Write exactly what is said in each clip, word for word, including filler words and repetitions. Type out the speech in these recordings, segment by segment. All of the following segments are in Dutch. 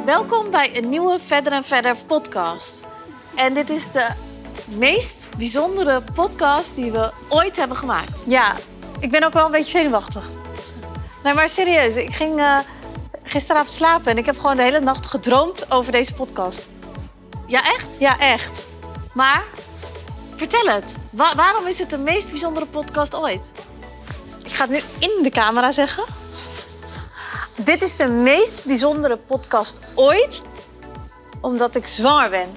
Welkom bij een nieuwe Verder en Verder podcast. En dit is de meest bijzondere podcast die we ooit hebben gemaakt. Ja, ik ben ook wel een beetje zenuwachtig. Nee, maar serieus, ik ging uh, gisteravond slapen en ik heb gewoon de hele nacht gedroomd over deze podcast. Ja, echt? Ja, echt. Maar, vertel het. Wa- waarom is het de meest bijzondere podcast ooit? Ik ga het nu in de camera zeggen. Dit is de meest bijzondere podcast ooit, omdat ik zwanger ben.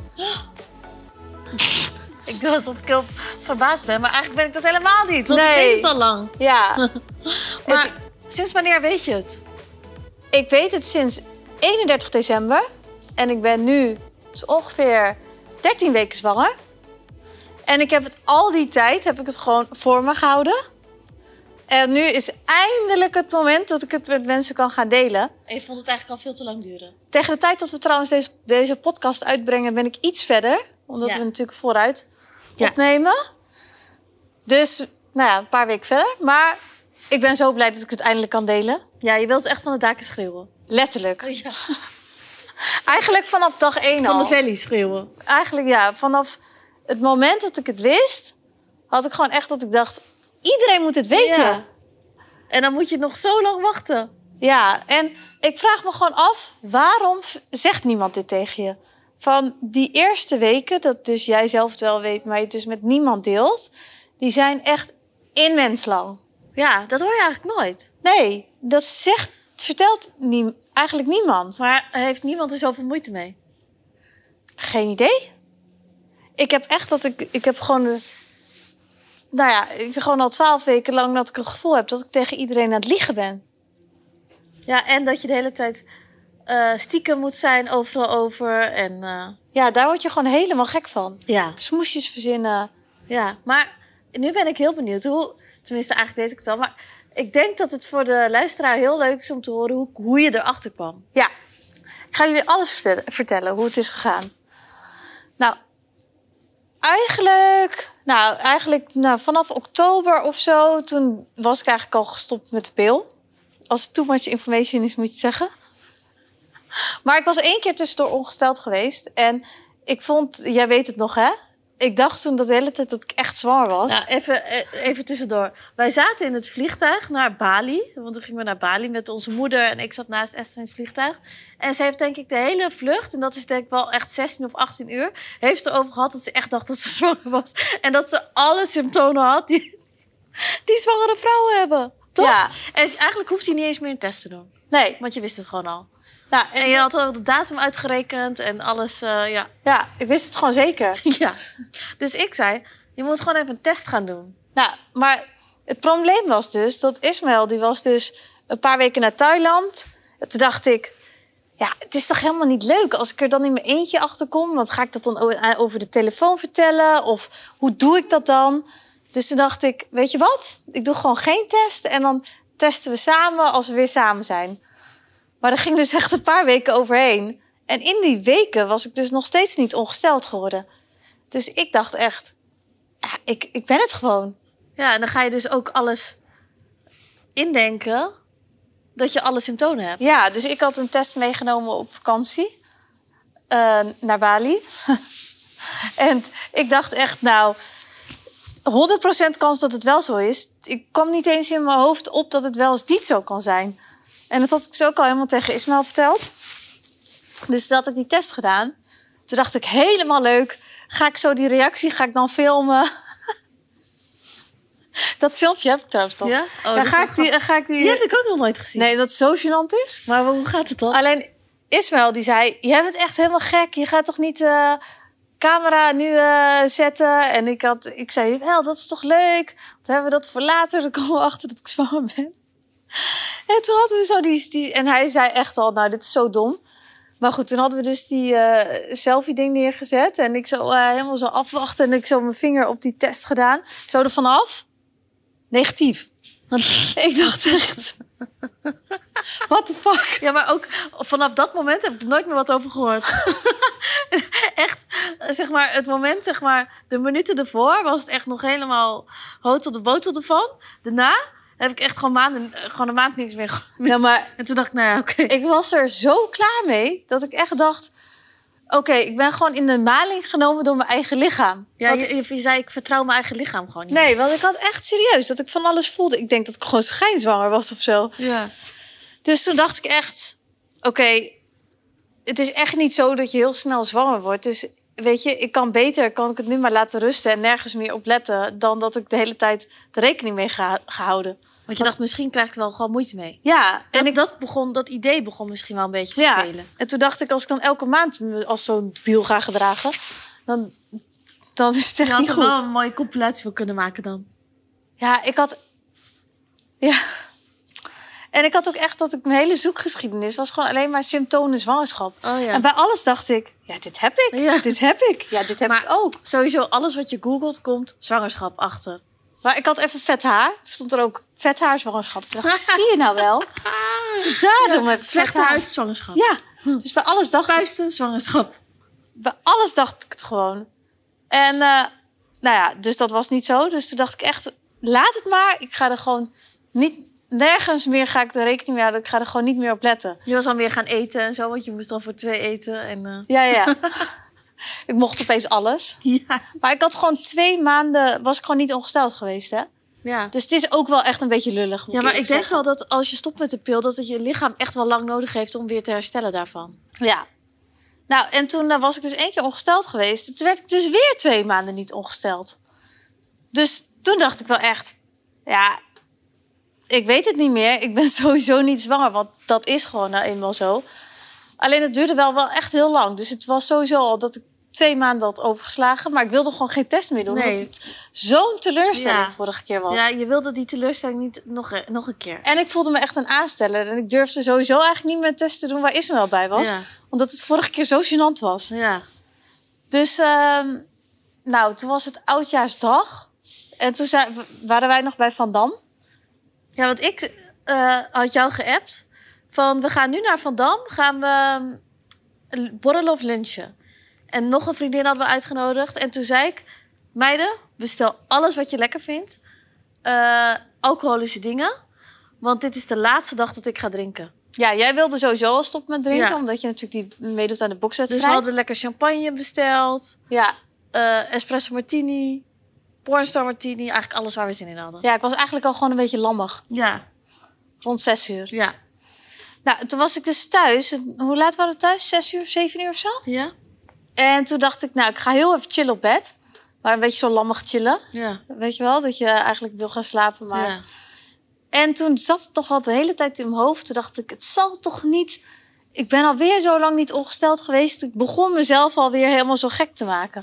Ik doe alsof ik heel verbaasd ben, maar eigenlijk ben ik dat helemaal niet. Want Nee. ik weet het al lang. Ja. Maar Het- sinds wanneer weet je het? Ik weet het sinds eenendertig december. En ik ben nu dus ongeveer dertien weken zwanger. En ik heb het al die tijd heb ik het gewoon voor me gehouden. En nu is eindelijk het moment dat ik het met mensen kan gaan delen. En je vond het eigenlijk al veel te lang duren. Tegen de tijd dat we trouwens deze, deze podcast uitbrengen, ben ik iets verder. Omdat Ja. we natuurlijk vooruit Ja. opnemen. Dus, nou ja, een paar weken verder. Maar ik ben zo blij dat ik het eindelijk kan delen. Ja, je wilt echt van de daken schreeuwen. Letterlijk. Ja. Eigenlijk vanaf dag één Van al. de valley schreeuwen. Eigenlijk ja, vanaf het moment dat ik het wist, had ik gewoon echt dat ik dacht, iedereen moet het weten. Ja. Ja, En dan moet je nog zo lang wachten. en ik vraag me gewoon af, waarom v- zegt niemand dit tegen je? Van die eerste weken, dat dus jij zelf het wel weet, maar je het dus met niemand deelt, die zijn echt immens lang. Ja, dat hoor je eigenlijk nooit. Nee, dat zegt, vertelt nie, eigenlijk niemand. Maar heeft niemand er zoveel moeite mee? Geen idee. Ik heb echt dat ik... Ik heb gewoon... de- Nou ja, ik gewoon al twaalf weken lang dat ik het gevoel heb dat ik tegen iedereen aan het liegen ben. Ja, en dat je de hele tijd eh, stiekem moet zijn overal over. En eh, Ja, daar word je gewoon helemaal gek van. ja. Smoesjes verzinnen. ja, maar nu ben ik heel benieuwd. Hoe, tenminste, eigenlijk weet ik het al. Maar ik denk dat het voor de luisteraar heel leuk is om te horen hoe, hoe je erachter kwam. Ja, ik ga jullie alles vertellen, vertellen hoe het is gegaan. Nou, eigenlijk... Nou, eigenlijk nou, vanaf oktober of zo, toen was ik eigenlijk al gestopt met de pil. Als het too much information is, moet je het zeggen. Maar ik was één keer tussendoor ongesteld geweest. En ik vond, jij weet het nog hè? Ik dacht toen dat de hele tijd dat ik echt zwanger was. Ja, even, eh, even tussendoor. Wij zaten in het vliegtuig naar Bali. Want toen gingen we naar Bali met onze moeder. En ik zat naast Esther in het vliegtuig. En ze heeft denk ik de hele vlucht, en dat is denk ik wel echt zestien of achttien uur... heeft ze erover gehad dat ze echt dacht dat ze zwanger was. En dat ze alle symptomen had die, die zwangere vrouwen hebben. Toch? Ja. En eigenlijk hoeft hij niet eens meer een test te doen. Nee. Want je wist het gewoon al. Nou, En je had al de datum uitgerekend en alles, uh, ja. Ja, ik wist het gewoon zeker. ja. Dus ik zei, je moet gewoon even een test gaan doen. Nou, maar het probleem was dus dat Ismaël, die was dus een paar weken naar Thailand. En toen dacht ik, ja, het is toch helemaal niet leuk als ik er dan in mijn eentje achter kom. Want ga ik dat dan o- over de telefoon vertellen? Of hoe doe ik dat dan? Dus toen dacht ik, weet je wat? Ik doe gewoon geen test en dan testen we samen als we weer samen zijn. Maar er ging dus echt een paar weken overheen. En in die weken was ik dus nog steeds niet ongesteld geworden. Dus ik dacht echt, ja, ik, ik ben het gewoon. Ja, en dan ga je dus ook alles indenken dat je alle symptomen hebt. Ja, dus ik had een test meegenomen op vakantie. Uh, naar Bali. En ik dacht echt, nou, honderd procent kans dat het wel zo is. Ik kwam niet eens in mijn hoofd op dat het wel eens niet zo kan zijn. En dat had ik zo ook al helemaal tegen Ismaël verteld. Dus toen had ik die test gedaan. Toen dacht ik, helemaal leuk. Ga ik zo die reactie, ga ik dan filmen? Dat filmpje heb ik trouwens toch. Ja? Oh, dan dat ga is ik wel die, ga ik die... Die heb ik ook nog nooit gezien. Nee, dat het zo gênant is. Maar hoe gaat het dan? Alleen Ismaël die zei, jij bent echt helemaal gek. Je gaat toch niet de camera nu uh, zetten? En ik, had, ik zei, wel, dat is toch leuk? Dan hebben we dat voor later. Dan komen we achter dat ik zwanger ben. En toen hadden we zo die, die... En hij zei echt al, nou, dit is zo dom. Maar goed, toen hadden we dus die uh, selfie-ding neergezet. En ik zo uh, helemaal zo afwachten. En ik zo mijn vinger op die test gedaan. Zo er vanaf. Negatief. Ik dacht echt... What the fuck? Ja, maar ook vanaf dat moment heb ik er nooit meer wat over gehoord. Echt, zeg maar, het moment, zeg maar, de minuten ervoor was het echt nog helemaal hotel de botel ervan. Daarna heb ik echt gewoon, maanden, gewoon een maand niks meer ge- Ja, maar En toen dacht ik, nou ja, oké. ik was er zo klaar mee dat ik echt dacht... Oké, okay, ik ben gewoon in de maling genomen door mijn eigen lichaam. Ja, Want je, je, je zei, ik vertrouw mijn eigen lichaam gewoon niet. Nee, want ik had echt serieus dat ik van alles voelde. Ik denk dat ik gewoon schijnzwanger was of zo. Ja. Dus toen dacht ik echt... Oké, okay, het is echt niet zo dat je heel snel zwanger wordt. Dus weet je, ik kan beter, kan ik het nu maar laten rusten... en nergens meer op letten... dan dat ik de hele tijd de rekening mee ga gehouden. Want je dacht, misschien krijg ik er wel gewoon moeite mee. Ja. En En ik, ik, dat, begon, dat idee begon misschien wel een beetje te ja, spelen. en toen dacht ik, als ik dan elke maand me als zo'n debiel ga gedragen... dan, dan is het echt Je had niet er goed. wel een mooie compilatie voor kunnen maken dan. Ja, ik had... Ja. En ik had ook echt dat ik mijn hele zoekgeschiedenis... was gewoon alleen maar symptomen zwangerschap. Oh ja. En bij alles dacht ik, ja, dit heb ik. Ja. Dit heb ik. Ja, dit heb Maar ik ook. Sowieso, alles wat je googelt, komt zwangerschap achter. Maar ik had even vet haar. Er stond er ook vet haar zwangerschap. Ik dacht, zie je nou wel? Daarom heb ik vet Slechte haar. huid, zwangerschap. Ja, dus bij alles dacht ik... Puisten, zwangerschap. Bij alles dacht ik het gewoon. En uh, nou ja, dus dat was niet zo. Dus toen dacht ik echt, laat het maar. Ik ga er gewoon niet... Nergens meer ga ik de rekening mee houden. Ik ga er gewoon niet meer op letten. Je was dan weer gaan eten en zo, want je moest dan voor twee eten. En, uh... Ja, ja. Ik mocht opeens alles. Ja. Maar ik had gewoon twee maanden... was ik gewoon niet ongesteld geweest, hè? Ja. Dus het is ook wel echt een beetje lullig. Moet Ja, maar ik ik denk zeggen. wel dat als je stopt met de pil... dat het je lichaam echt wel lang nodig heeft om weer te herstellen daarvan. Ja. Nou, en toen uh, was ik dus één keer ongesteld geweest. Toen werd ik dus weer twee maanden niet ongesteld. Dus toen dacht ik wel echt... Ja, ik weet het niet meer. Ik ben sowieso niet zwanger, want dat is gewoon nou eenmaal zo. Alleen het duurde wel, wel echt heel lang. Dus het was sowieso al dat ik twee maanden had overgeslagen. Maar ik wilde gewoon geen test meer doen. Nee. Omdat het zo'n teleurstelling Ja. vorige keer was. Ja, je wilde die teleurstelling niet nog, e- nog een keer. En ik voelde me echt een aansteller. En ik durfde sowieso eigenlijk niet meer een test te doen waar Ismaël bij was. Ja. Omdat het vorige keer zo gênant was. Ja. Dus, uh, nou, toen was het oudjaarsdag. En toen zijn, waren wij nog bij Van Dam. Ja, want ik uh, had jou geappt van we gaan nu naar Van Dam, gaan we um, borrelen of lunchen. En nog een vriendin hadden we uitgenodigd. En toen zei ik, meiden, bestel alles wat je lekker vindt. Uh, alcoholische dingen. Want dit is de laatste dag dat ik ga drinken. Ja, jij wilde sowieso al stoppen met drinken. Ja. Omdat je natuurlijk die meedoet aan de Dus bokswedstrijd. we hadden lekker champagne besteld. Ja. Uh, espresso martini. Pornstar martini. Eigenlijk alles waar we zin in hadden. Ja, ik was eigenlijk al gewoon een beetje lammig. Ja. Rond zes uur. Ja. Nou, toen was ik dus thuis. Hoe laat waren we thuis? Zes uur, zeven uur of zo? Ja? En toen dacht ik, nou, ik ga heel even chillen op bed. Maar een beetje zo lammig chillen. Ja. Weet je wel, dat je eigenlijk wil gaan slapen. Maar... Ja. En toen zat het toch al de hele tijd in mijn hoofd. Toen dacht ik, het zal toch niet... Ik ben alweer zo lang niet ongesteld geweest. Ik begon mezelf alweer helemaal zo gek te maken.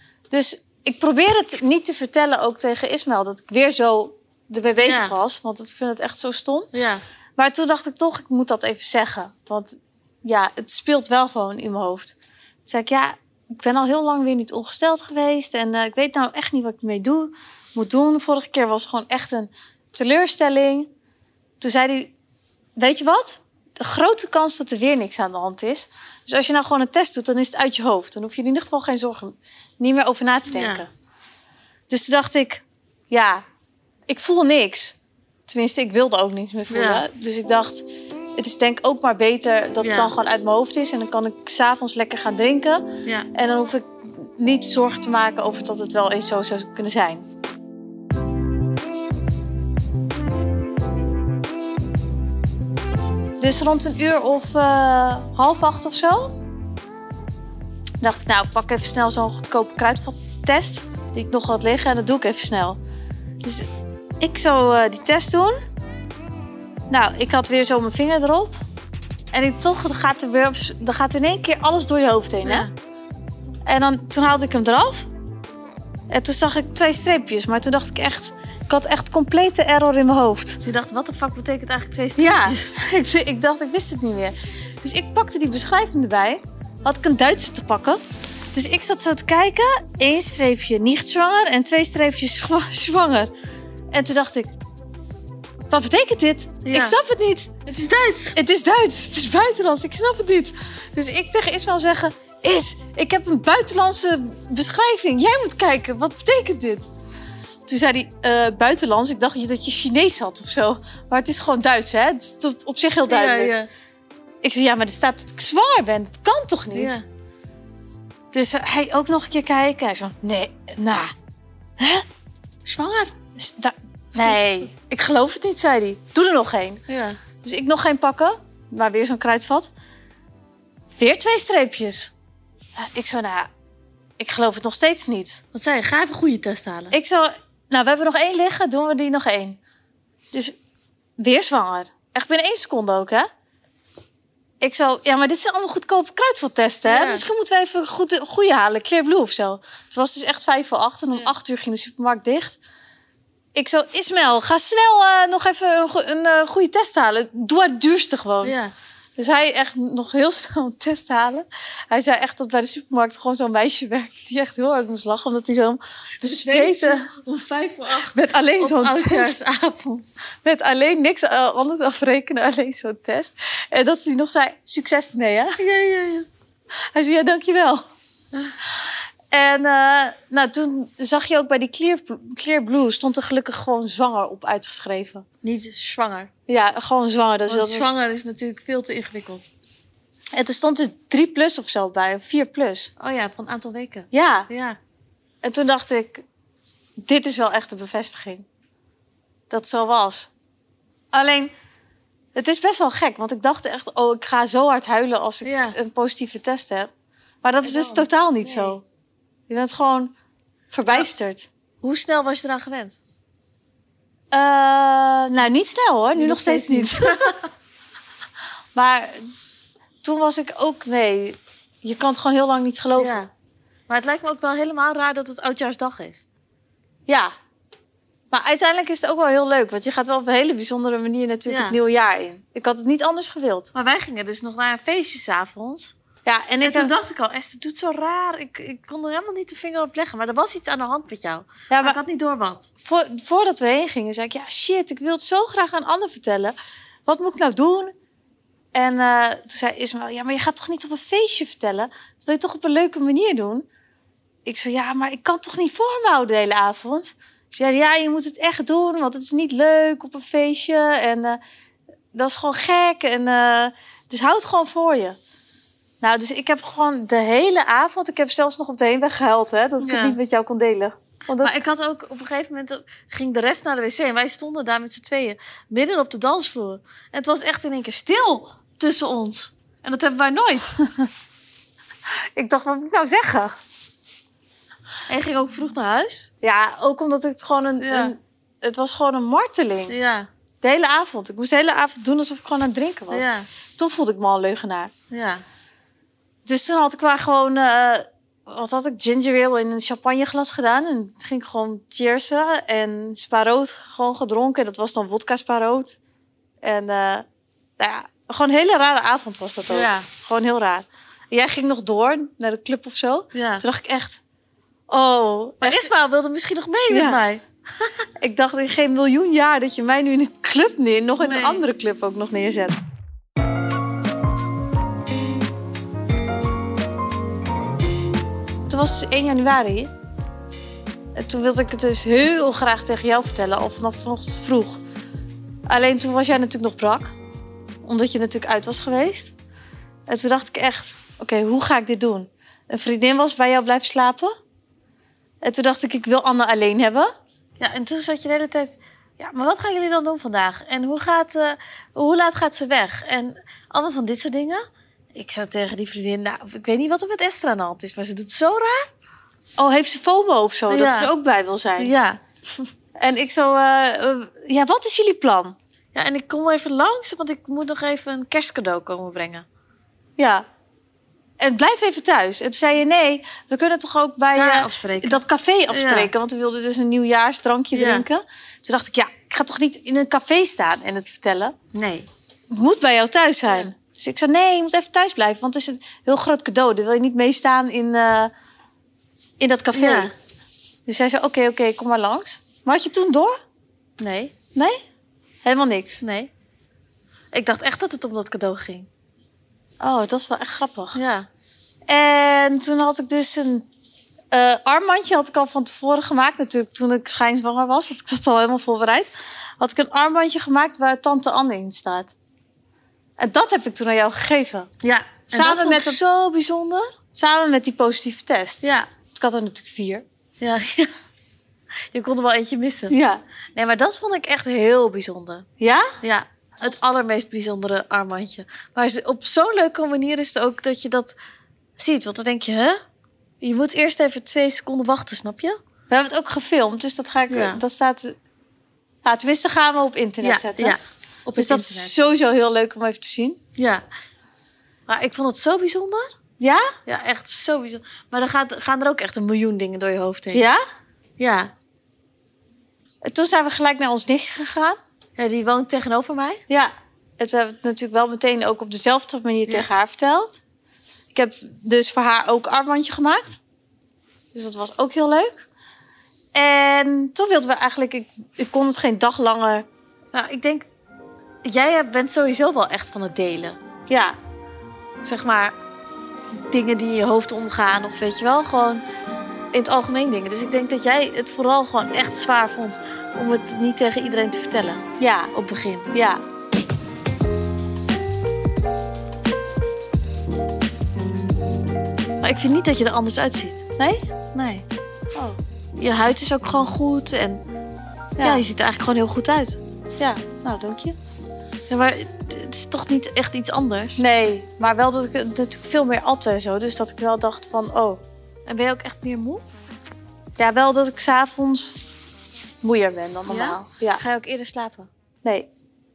Dus ik probeer het niet te vertellen ook tegen Ismaël. Dat ik weer zo ermee bezig Ja. was. Want ik vind het echt zo stom. Ja. Maar toen dacht ik toch, ik moet dat even zeggen. Want ja, het speelt wel gewoon in mijn hoofd. Toen zei ik, ja, ik ben al heel lang weer niet ongesteld geweest. En uh, ik weet nou echt niet wat ik ermee doe, moet doen. Vorige keer was het gewoon echt een teleurstelling. Toen zei hij, weet je wat? De grote kans dat er weer niks aan de hand is. Dus als je nou gewoon een test doet, dan is het uit je hoofd. Dan hoef je in ieder geval geen zorgen, niet meer over na te denken. Ja. Dus toen dacht ik, ja, ik voel niks. Tenminste, ik wilde ook niks meer voelen. Ja. Dus ik dacht, het is denk ik ook maar beter dat Ja. het dan gewoon uit mijn hoofd is. En dan kan ik 's avonds lekker gaan drinken. Ja. En dan hoef ik niet zorgen te maken over dat het wel eens zo zou kunnen zijn. Dus rond een uur of uh, half acht of zo... dacht ik, nou, ik pak even snel zo'n goedkope kruidvattest... die ik nog had liggen en dat doe ik even snel. Dus ik zou uh, die test doen. Nou, ik had weer zo mijn vinger erop. En ik, toch dan gaat er weer op, dan gaat in één keer alles door je hoofd heen, hè? Ja. En dan, toen haalde ik hem eraf. En toen zag ik twee streepjes. Maar toen dacht ik echt... Ik had echt complete error in mijn hoofd. Dus je dacht, wat de fuck betekent eigenlijk twee streepjes? Ja, ik, ik dacht, ik wist het niet meer. Dus ik pakte die beschrijving erbij. Had ik een Duitse te pakken. Dus ik zat zo te kijken. Eén streepje niet zwanger en twee streepjes zwa- zwanger. En toen dacht ik... Wat betekent dit? Ja. Ik snap het niet. Het is Duits. Het is Duits. Het is buitenlands. Ik snap het niet. Dus ik tegen Ismaël zeggen... Is, ik heb een buitenlandse beschrijving. Jij moet kijken. Wat betekent dit? Toen zei hij uh, buitenlands. Ik dacht dat je Chinees had of zo. Maar het is gewoon Duits, hè? Het is op, op zich heel duidelijk. Ja, ja. Ik zei, ja, maar er staat dat ik zwanger ben. Dat kan toch niet? Ja. Dus uh, hij ook nog een keer kijken. Hij zei, nee, nou. Hè? Zwanger? Da- nee, ik geloof het niet, zei hij. Doe er nog één. Ja. Dus ik nog geen pakken. Maar weer zo'n kruidvat. Weer twee streepjes. Uh, ik zo, nou, ik geloof het nog steeds niet. Wat zei je? Ga even een goede test halen. Ik zo, nou, we hebben nog één liggen. Doen we die nog één. Dus weer zwanger. Echt binnen één seconde ook, hè? Ik zo, ja, maar dit zijn allemaal goedkope kruidvattesten, hè? Ja. Misschien moeten we even een goed, goede halen. Clearblue of zo. Het was dus echt vijf voor acht. En om ja. acht uur ging de supermarkt dicht. Ik zo, Ismael, ga snel uh, nog even een, een uh, goede test halen. Doe het duurste gewoon. Ja. Dus hij echt nog heel snel een test halen. Hij zei echt dat bij de supermarkt gewoon zo'n meisje werkte die echt heel hard moest lachen. Omdat hij zo bezweten om vijf voor acht met alleen zo'n oudjaarsavond. Met alleen niks uh, anders afrekenen, alleen zo'n test. En dat hij nog zei, succes ermee, hè? Ja, ja, ja. Hij zei, ja, dankjewel. En uh, nou, toen zag je ook bij die Clear, Clearblue stond er gelukkig gewoon zwanger op uitgeschreven. Niet zwanger. Ja, gewoon zwanger. Dus dat zwanger was... is natuurlijk veel te ingewikkeld. En toen stond er drie plus of zo bij, of vier plus. Oh ja, van een aantal weken. Ja. ja. En toen dacht ik, dit is wel echt een bevestiging. Dat het zo was. Alleen, het is best wel gek. Want ik dacht echt, oh, ik ga zo hard huilen als ik ja. een positieve test heb. Maar dat is dus totaal niet nee. zo. Je bent gewoon verbijsterd. Nou, hoe snel was je eraan gewend? Uh, nou, niet snel hoor. Nu, nu nog steeds, steeds niet. Maar toen was ik ook... Nee, je kan het gewoon heel lang niet geloven. Ja. Maar het lijkt me ook wel helemaal raar dat het Oudjaarsdag is. Ja. Maar uiteindelijk is het ook wel heel leuk. Want je gaat wel op een hele bijzondere manier natuurlijk ja. het nieuwe jaar in. Ik had het niet anders gewild. Maar wij gingen dus nog naar een feestje 's avonds. Ja, en, en ik toen dacht ik al, Esther doet zo raar. Ik, ik kon er helemaal niet de vinger op leggen. Maar er was iets aan de hand met jou. Ja, maar, maar ik had niet door wat. Voor, voordat we heen gingen, zei ik... Ja, shit, ik wil het zo graag aan Anne vertellen. Wat moet ik nou doen? En uh, toen zei Ismael... Ja, maar je gaat toch niet op een feestje vertellen? Dat wil je toch op een leuke manier doen? Ik zei, ja, maar ik kan toch niet voor me houden de hele avond? Ze zei, ja, je moet het echt doen. Want het is niet leuk op een feestje. En uh, dat is gewoon gek. En, uh, dus houd het gewoon voor je. Nou, dus ik heb gewoon de hele avond... Ik heb zelfs nog op de heenweg gehuild, hè. Dat ik ja. het niet met jou kon delen. Want dat... Maar ik had ook op een gegeven moment... ging de rest naar de wc en wij stonden daar met z'n tweeën... midden op de dansvloer. En het was echt in één keer stil tussen ons. En dat hebben wij nooit. Ik dacht, wat moet ik nou zeggen? En je ging ook vroeg naar huis? Ja, ook omdat het gewoon een... Ja. een het was gewoon een marteling. Ja. De hele avond. Ik moest de hele avond doen alsof ik gewoon aan het drinken was. Ja. Toen voelde ik me al een leugenaar. Ja. Dus toen had ik maar gewoon... Uh, wat had ik? Ginger ale in een champagneglas gedaan. En toen ging ik gewoon cheersen. En spa rood gewoon gedronken. En dat was dan vodka spa rood. En uh, nou ja, gewoon een hele rare avond was dat ook. Ja. Gewoon heel raar. En jij ging nog door naar de club of zo. Ja. Toen dacht ik echt... Oh, maar Ismael wilde misschien nog mee ja. met mij. Ik dacht in geen miljoen jaar dat je mij nu in een club neer... nog in nee. een andere club ook nog neerzet. Het was dus één januari. En toen wilde ik het dus heel graag tegen jou vertellen. Al vanaf vanochtend vroeg. Alleen toen was jij natuurlijk nog brak. Omdat je natuurlijk uit was geweest. En toen dacht ik echt... Oké, okay, hoe ga ik dit doen? Een vriendin was bij jou blijven slapen. En toen dacht ik, ik wil Anne alleen hebben. Ja, en toen zat je de hele tijd... Ja, maar wat gaan jullie dan doen vandaag? En hoe, gaat, uh, hoe laat gaat ze weg? En allemaal van dit soort dingen. Ik zou tegen die vriendin... Nou, ik weet niet wat er met Esther aan de hand is, maar ze doet het zo raar. Oh, heeft ze FOMO of zo? Ja. Dat ze er ook bij wil zijn? Ja. En ik zo... Uh, uh, ja, wat is jullie plan? Ja, en ik kom even langs, want ik moet nog even een kerstcadeau komen brengen. Ja. En blijf even thuis. En toen zei je, nee, we kunnen toch ook bij uh, dat café afspreken. Ja. Want we wilden dus een nieuwjaarsdrankje ja. drinken. Toen dacht ik, ja, ik ga toch niet in een café staan en het vertellen? Nee. Het moet bij jou thuis zijn. Ja. Dus ik zei, nee, je moet even thuis blijven. Want het is een heel groot cadeau. Dan wil je niet meestaan in, uh, in dat café. Ja. Dus zij zei, oké, okay, oké, okay, kom maar langs. Maar had je toen door? Nee. Nee? Helemaal niks? Nee. Ik dacht echt dat het om dat cadeau ging. Oh, dat is wel echt grappig. Ja. En toen had ik dus een Uh, armbandje had ik al van tevoren gemaakt. Natuurlijk toen ik schijnzwanger was. Had ik dat al helemaal voorbereid. Had ik een armbandje gemaakt waar Tante Anne in staat. En dat heb ik toen aan jou gegeven. Ja. Samen met het zo bijzonder. Samen met die positieve test. Ja. Ik had er natuurlijk vier. Ja, ja. Je kon er wel eentje missen. Ja. Nee, maar dat vond ik echt heel bijzonder. Ja? Ja. Het allermeest bijzondere armbandje. Maar op zo'n leuke manier is het ook dat je dat ziet. Want dan denk je, hè? Je moet eerst even twee seconden wachten, snap je? We hebben het ook gefilmd, dus dat ga ik. Ja. Dat staat. Ja, tenminste, gaan we op internet ja, zetten. Ja, op dus het dat internet. is sowieso heel leuk om even te zien. Ja. Maar ik vond het zo bijzonder. Ja? Ja, echt zo bijzonder. Maar dan gaat, gaan er ook echt een miljoen dingen door je hoofd heen. Ja? Ja. En toen zijn we gelijk naar ons nichtje gegaan. Ja, die woont tegenover mij. Ja. En toen hebben we het natuurlijk wel meteen ook op dezelfde manier ja. tegen haar verteld. Ik heb dus voor haar ook een armbandje gemaakt. Dus dat was ook heel leuk. En toen wilden we eigenlijk... Ik, ik kon het geen dag langer... Nou, ik denk... Jij bent sowieso wel echt van het delen. Ja. Zeg maar... Dingen die in je hoofd omgaan. Of weet je wel, gewoon... In het algemeen dingen. Dus ik denk dat jij het vooral gewoon echt zwaar vond... om het niet tegen iedereen te vertellen. Ja. Op het begin. Ja. Maar ik vind niet dat je er anders uitziet. Nee? Nee. Oh. Je huid is ook gewoon goed. En ja. ja, je ziet er eigenlijk gewoon heel goed uit. Ja, nou, dank je. Ja, maar het is toch niet echt iets anders? Nee, maar wel dat ik natuurlijk veel meer atte en zo. Dus dat ik wel dacht van, oh. En ben je ook echt meer moe? Ja, wel dat ik 's avonds moeier ben dan normaal. Ja? Ja. Ga je ook eerder slapen? Nee.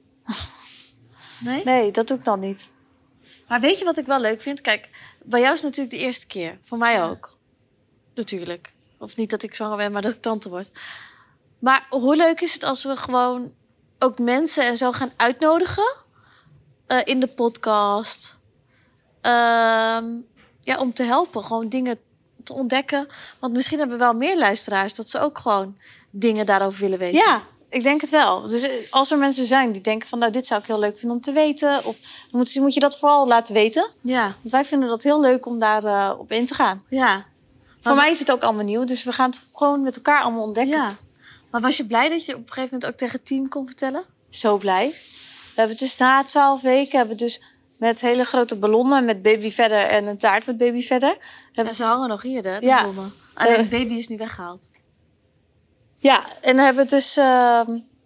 Nee? Nee, dat doe ik dan niet. Maar weet je wat ik wel leuk vind? Kijk, bij jou is het natuurlijk de eerste keer. Voor mij ook. Natuurlijk. Of niet dat ik zwanger ben, maar dat ik tante word. Maar hoe leuk is het als we gewoon ook mensen en zo gaan uitnodigen? Uh, in de podcast. Uh, ja, om te helpen. Gewoon dingen te ontdekken. Want misschien hebben we wel meer luisteraars... dat ze ook gewoon dingen daarover willen weten. Ja, ik denk het wel. Dus als er mensen zijn die denken van... nou, dit zou ik heel leuk vinden om te weten... of dan moet, moet je dat vooral laten weten. Ja. Want wij vinden dat heel leuk om daar uh, op in te gaan. Ja. Voor mij is het ook allemaal nieuw. Dus we gaan het gewoon met elkaar allemaal ontdekken. Ja. Maar was je blij dat je op een gegeven moment ook tegen het team kon vertellen? Zo blij. We hebben dus na twaalf weken... hebben we dus met hele grote ballonnen... met baby verder en een taart met baby verder. Ja, ze hangen nog hier, hè, de ja. ballonnen. Alleen de baby is nu weggehaald. Ja, en dan hebben we dus... Uh,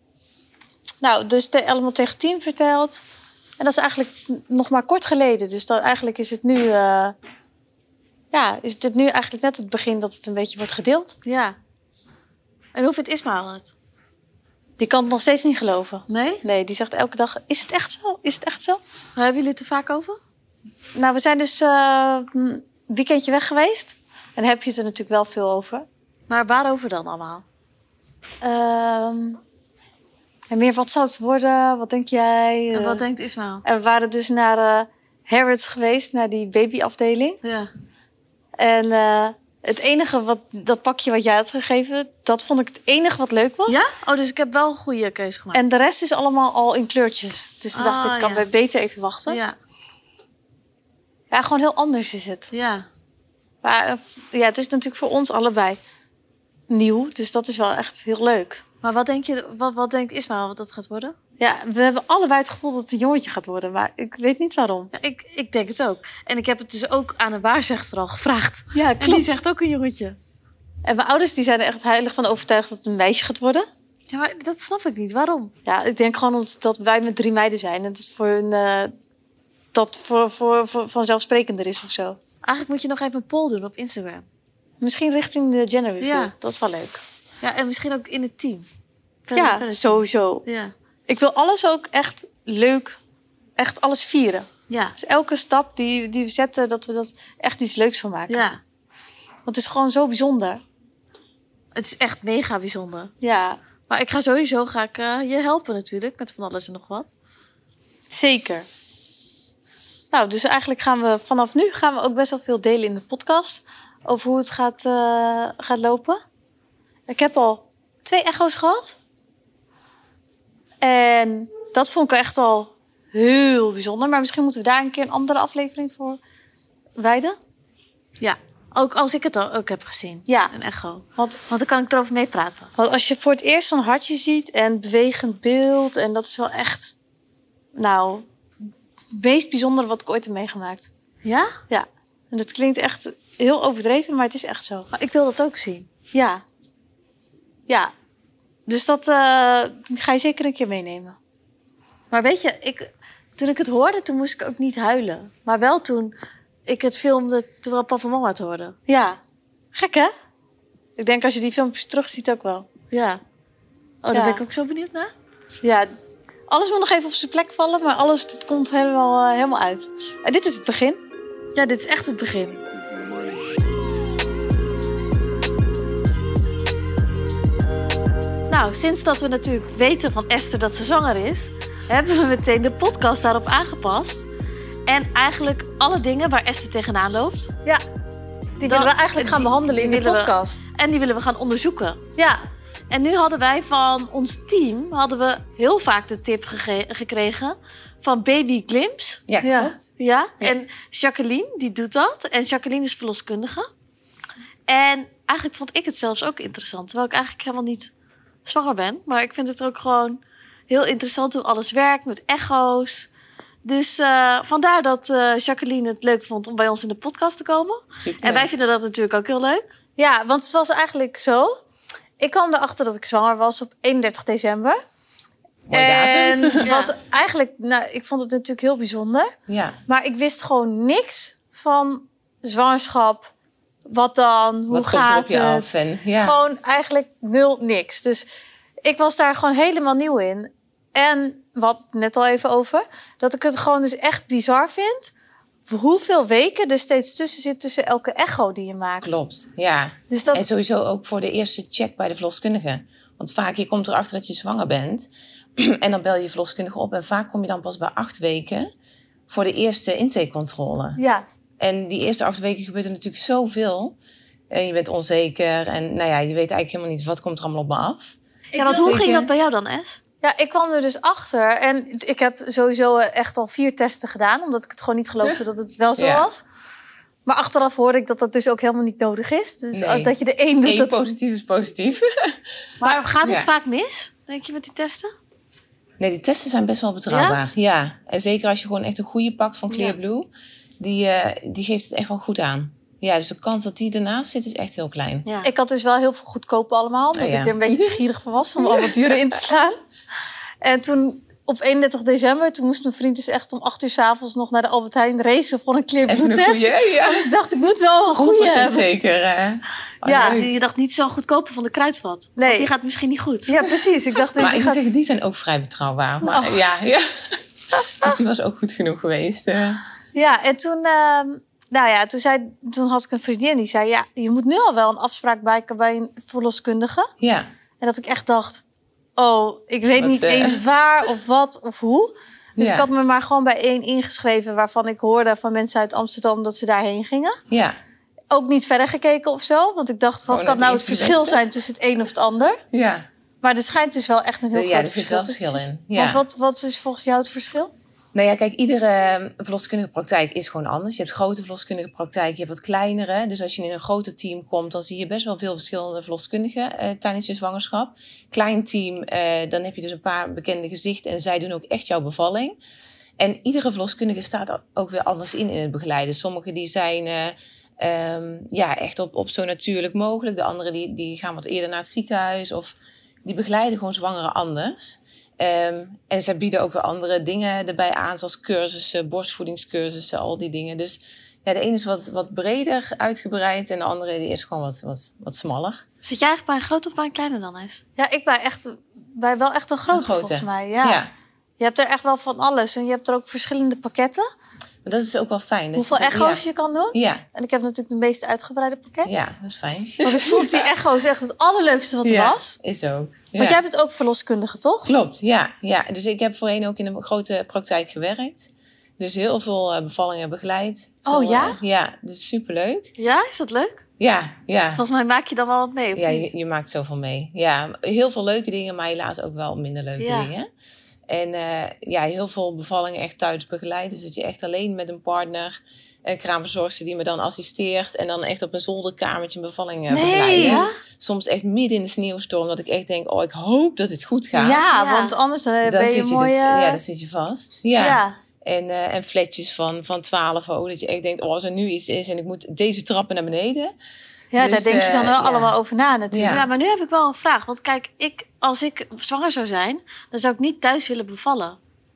nou, dus te, allemaal tegen het team verteld. En dat is eigenlijk nog maar kort geleden. Dus dat, eigenlijk is het nu... Uh, ja, is het nu eigenlijk net het begin dat het een beetje wordt gedeeld. Ja. En hoe vindt Ismaël het? Die kan het nog steeds niet geloven. Nee? Nee, die zegt elke dag, is het echt zo? Is het echt zo? Maar hebben jullie het er vaak over? Nou, we zijn dus uh, een weekendje weg geweest. En dan heb je het er natuurlijk wel veel over. Maar waarover dan allemaal? Um, en meer, wat zou het worden? Wat denk jij? En wat denkt Ismaël? En we waren dus naar uh, Harrods geweest, naar die babyafdeling. Ja. En uh, het enige wat, dat pakje wat jij had gegeven, dat vond ik het enige wat leuk was. Ja? Oh, dus ik heb wel een goede keuze gemaakt. En de rest is allemaal al in kleurtjes. Dus toen ah, dacht ik, kan ja. beter even wachten. Ja. Ja, gewoon heel anders is het. Ja. Maar ja, het is natuurlijk voor ons allebei nieuw. Dus dat is wel echt heel leuk. Maar wat denk je, wat, wat denkt Ismaël wat dat gaat worden? Ja, we hebben allebei het gevoel dat het een jongetje gaat worden. Maar ik weet niet waarom. Ja, ik, ik denk het ook. En ik heb het dus ook aan een waarzegster al gevraagd. Ja, klopt. En die zegt ook een jongetje. En mijn ouders die zijn er echt heilig van overtuigd dat het een meisje gaat worden. Ja, maar dat snap ik niet. Waarom? Ja, ik denk gewoon dat wij met drie meiden zijn. En dat voor hun uh, dat voor, voor, voor vanzelfsprekender is of zo. Eigenlijk moet je nog even een poll doen op Instagram. Misschien richting de gender review. Ja. Dat is wel leuk. Ja, en misschien ook in het team. Verder, ja, verder sowieso. Ja. Ik wil alles ook echt leuk, echt alles vieren. Ja. Dus elke stap die, die we zetten, dat we dat echt iets leuks van maken. Ja. Want het is gewoon zo bijzonder. Het is echt mega bijzonder. Ja. Maar ik ga sowieso ga ik, uh, je helpen natuurlijk, met van alles en nog wat. Zeker. Nou, dus eigenlijk gaan we vanaf nu gaan we ook best wel veel delen in de podcast. Over hoe het gaat, uh, gaat lopen. Ik heb al twee echo's gehad. En dat vond ik echt al heel bijzonder. Maar misschien moeten we daar een keer een andere aflevering voor wijden. Ja. Ook als ik het al ook heb gezien. Ja. Een echo. Want, Want dan kan ik erover meepraten. want als je voor het eerst zo'n hartje ziet en bewegend beeld... en dat is wel echt, nou, het meest bijzondere wat ik ooit heb meegemaakt. Ja? Ja, en dat klinkt echt heel overdreven, maar het is echt zo. Maar ik wil dat ook zien. Ja. Ja. Dus dat uh, ga je zeker een keer meenemen. Maar weet je, ik, toen ik het hoorde, toen moest ik ook niet huilen. Maar wel toen ik het filmde terwijl papa en mama het hoorden. Ja. Gek, hè? Ik denk als je die filmpjes terugziet ook wel. Ja. Oh, daar Ja. ben ik ook zo benieuwd naar. Ja, alles moet nog even op zijn plek vallen, maar alles het komt helemaal, uh, helemaal uit. En dit is het begin. Ja, dit is echt het begin. Nou, sinds dat we natuurlijk weten van Esther dat ze zwanger is, hebben we meteen de podcast daarop aangepast. En eigenlijk alle dingen waar Esther tegenaan loopt. Ja. Die willen we eigenlijk gaan die- behandelen die in de willen we- podcast. En die willen we gaan onderzoeken. Ja. En nu hadden wij van ons team hadden we heel vaak de tip gege- gekregen van Baby Glimpse. Ja, Ja. klopt. Ja, en Jacqueline, die doet dat. En Jacqueline is verloskundige. En eigenlijk vond ik het zelfs ook interessant. Terwijl ik eigenlijk helemaal niet zwanger ben. Maar ik vind het ook gewoon heel interessant hoe alles werkt met echo's. Dus uh, vandaar dat uh, Jacqueline het leuk vond om bij ons in de podcast te komen. Super. En wij vinden dat natuurlijk ook heel leuk. Ja, want het was eigenlijk zo. Ik kwam erachter dat ik zwanger was op eenendertig december. Mooie datum. En Ja. wat eigenlijk, nou, ik vond het natuurlijk heel bijzonder. Ja. Maar ik wist gewoon niks van zwangerschap. Wat dan? Hoe Wat komt er gaat op je het? af? En, ja. Gewoon eigenlijk nul niks. Dus ik was daar gewoon helemaal nieuw in. En we hadden het net al even over. Dat ik het gewoon dus echt bizar vind. Hoeveel weken er steeds tussen zit tussen elke echo die je maakt. Klopt, ja. Dus dat, En sowieso ook voor de eerste check bij de verloskundige. Want vaak, je komt erachter dat je zwanger bent. En dan bel je je verloskundige op. En vaak kom je dan pas bij acht weken voor de eerste intakecontrole. ja. En die eerste acht weken gebeurt er natuurlijk zoveel. En je bent onzeker. En nou ja, je weet eigenlijk helemaal niet wat komt er allemaal op me af. Ja, want hoe Zeker. ging dat bij jou dan, Es? Ja, ik kwam er dus achter. En ik heb sowieso echt al vier testen gedaan. Omdat ik het gewoon niet geloofde dat het wel zo Ja. was. Maar achteraf hoorde ik dat dat dus ook helemaal niet nodig is. Dus Nee. dat je de een doet. Eén Dat... positief is positief. Maar gaat het Ja. vaak mis, denk je, met die testen? Nee, die testen zijn best wel betrouwbaar. Ja? En zeker als je gewoon echt een goede pakt van Clearblue. Die, uh, die geeft het echt wel goed aan. Ja, dus de kans dat die ernaast zit is echt heel klein. Ja. Ik had dus wel heel veel goedkope allemaal. Omdat Oh, ja. ik er een beetje te gierig voor was om al wat duren in te slaan. En toen op eenendertig december, toen moest mijn vriend dus echt om acht uur 's avonds nog naar de Albert Heijn racen voor een Even Clearblue een test. goeie, ja. Ik dacht, ik moet wel een goede honderd procent hebben. zeker. Uh, oh, Ja, leuk. Die- Je dacht niet zo'n goedkope van de kruidvat. Nee. Want die gaat misschien niet goed. Ja, precies. Ik dacht, Maar ik ik ga- moet zeggen, die zijn ook vrij betrouwbaar. Maar Oh. ja, ja. Dus die was ook goed genoeg geweest. Uh. Ja, en toen, uh, nou ja, toen, zei, toen had ik een vriendin die zei... ja, je moet nu al wel een afspraak maken bij een verloskundige. Ja, En dat ik echt dacht... oh, ik weet Wat, niet uh, eens waar of wat of hoe. Dus Ja. ik had me maar gewoon bij één ingeschreven... waarvan ik hoorde van mensen uit Amsterdam dat ze daarheen gingen. ja, Ook niet verder gekeken of zo. Want ik dacht, wat Gewoon kan het nou het eerste verschil beste. zijn tussen het een of het ander? ja. Maar er schijnt dus wel echt een heel Ja, groot er zit verschil wel tussen verschil te in. zitten. Ja. Want wat, wat is volgens jou het verschil? Nou ja, kijk, iedere verloskundige praktijk is gewoon anders. Je hebt grote verloskundige praktijk, je hebt wat kleinere. Dus als je in een groter team komt, dan zie je best wel veel verschillende verloskundigen uh, tijdens je zwangerschap. Klein team, uh, dan heb je dus een paar bekende gezichten en zij doen ook echt jouw bevalling. En iedere verloskundige staat ook weer anders in in het begeleiden. Sommigen die zijn uh, um, ja, echt op, op zo natuurlijk mogelijk. De anderen die, die gaan wat eerder naar het ziekenhuis of die begeleiden gewoon zwangeren anders. Um, en zij bieden ook weer andere dingen erbij aan, zoals cursussen, borstvoedingscursussen, al die dingen. Dus ja, de ene is wat, wat breder uitgebreid en de andere die is gewoon wat, wat, wat smaller. Zit jij eigenlijk bij een grote of bij een kleine dan, Es? Ja, ik ben echt bij wel echt een grote, Een grote. volgens mij. Ja. Ja. Je hebt er echt wel van alles. En je hebt er ook verschillende pakketten. Maar dat is ook wel fijn. Dus Hoeveel dat- echo's ja. je kan doen. Ja, En ik heb natuurlijk de meest uitgebreide pakket. ja, dat is fijn. Want ik vond die echo's echt het allerleukste wat er Ja, was. is ook. Ja. Want jij bent ook verloskundige, toch? Klopt, ja, ja. Dus ik heb voorheen ook in een grote praktijk gewerkt. Dus heel veel uh, bevallingen begeleid. Oh, Veel, ja? uh, ja, dus superleuk. Ja, is dat leuk? Ja, ja. Volgens mij maak je dan wel wat mee, of Ja, niet? je, je maakt zoveel mee. Ja, heel veel leuke dingen, maar helaas ook wel minder leuke Ja. dingen. En uh, ja, heel veel bevallingen echt thuis begeleid. Dus dat je echt alleen met een partner, een kraamverzorgster die me dan assisteert. En dan echt op een zolderkamertje een bevalling uh, nee, begeleiden. Ja? Soms echt midden in de sneeuwstorm. Dat ik echt denk, oh, ik hoop dat het goed gaat. Ja, ja. want anders uh, ben je, je mooi... Dus, uh... ja, dan zit je vast. Ja. ja. En, uh, en fletjes van, van twaalf ook. Dat je echt denkt, oh, als er nu iets is en ik moet deze trappen naar beneden. Ja, dus, daar denk je dan wel uh, allemaal ja. over na natuurlijk. Ja. ja, maar nu heb ik wel een vraag. Want kijk, ik, als ik zwanger zou zijn, dan zou ik niet thuis willen bevallen.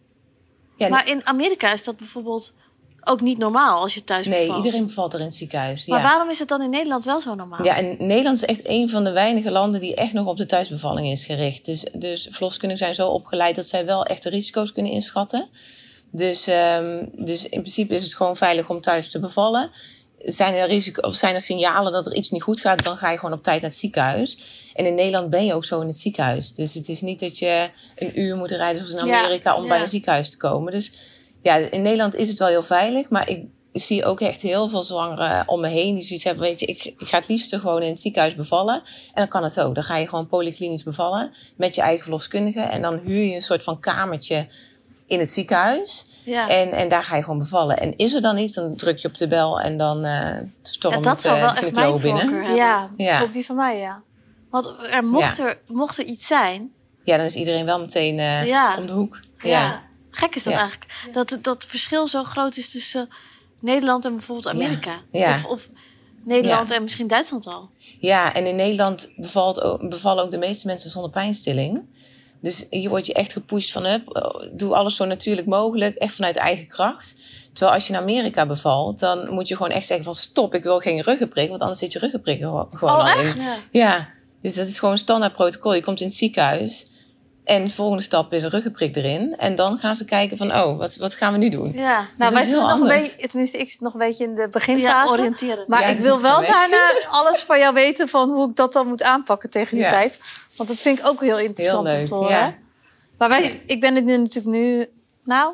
Ja, maar in Amerika is dat bijvoorbeeld ook niet normaal als je thuis nee, bevalt. Nee, iedereen bevalt er in het ziekenhuis. Maar ja. waarom is het dan in Nederland wel zo normaal? Ja, en Nederland is echt een van de weinige landen die echt nog op de thuisbevalling is gericht. Dus, dus verloskundigen zijn zo opgeleid dat zij wel echt de risico's kunnen inschatten. Dus, um, dus in principe is het gewoon veilig om thuis te bevallen. Zijn er, risico, of zijn er signalen dat er iets niet goed gaat, dan ga je gewoon op tijd naar het ziekenhuis. En in Nederland ben je ook zo in het ziekenhuis. Dus het is niet dat je een uur moet rijden zoals in Amerika ja, om ja. bij een ziekenhuis te komen. Dus ja, in Nederland is het wel heel veilig. Maar ik zie ook echt heel veel zwangeren om me heen die zoiets hebben. Weet je, ik, ik ga het liefst gewoon in het ziekenhuis bevallen. En dan kan het ook. Dan ga je gewoon polyklinisch bevallen met je eigen verloskundige. En dan huur je een soort van kamertje in het ziekenhuis. Ja. En, en daar ga je gewoon bevallen. En is er dan iets, dan druk je op de bel en dan uh, stormt ja, dat zal wel echt mijn binnen. Ja, ja, ook die van mij, ja. Want er mocht, ja. er, mocht er iets zijn... Ja, dan is iedereen wel meteen uh, ja. om de hoek. Ja. ja. Gek is dat ja. eigenlijk. Dat dat het verschil zo groot is tussen Nederland en bijvoorbeeld Amerika. Ja. Ja. Of, of Nederland ja. en misschien Duitsland al. Ja, en in Nederland bevalt ook, bevallen ook de meeste mensen zonder pijnstilling. Dus hier word je echt gepusht van, up, doe alles zo natuurlijk mogelijk, echt vanuit eigen kracht. Terwijl als je in Amerika bevalt, dan moet je gewoon echt zeggen van stop, ik wil geen ruggenprik, want anders zit je ruggenprik gewoon oh, al echt? in. Ja. ja, dus dat is gewoon een standaard protocol. Je komt in het ziekenhuis en de volgende stap is een ruggenprik erin. En dan gaan ze kijken van, oh, wat, wat gaan we nu doen? Ja, dus nou, wij zitten nog een beetje, tenminste, ik zit nog een beetje in de beginfase. Ja, oriënteren. Maar ja, ik wil wel daarna alles van jou weten van hoe ik dat dan moet aanpakken tegen die ja. tijd. Want dat vind ik ook heel interessant heel om te horen. Ja. Maar wij, ik ben het nu natuurlijk nu, nou,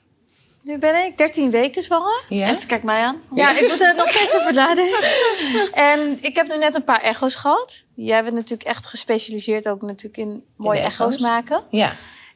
nu ben ik dertien weken zwanger. Ja? Esther, kijk mij aan. Ja, ja ik moet er nog steeds over nadenken. En ik heb nu net een paar echo's gehad. Jij bent natuurlijk echt gespecialiseerd ook natuurlijk in mooie in echo's. echo's maken. Ja.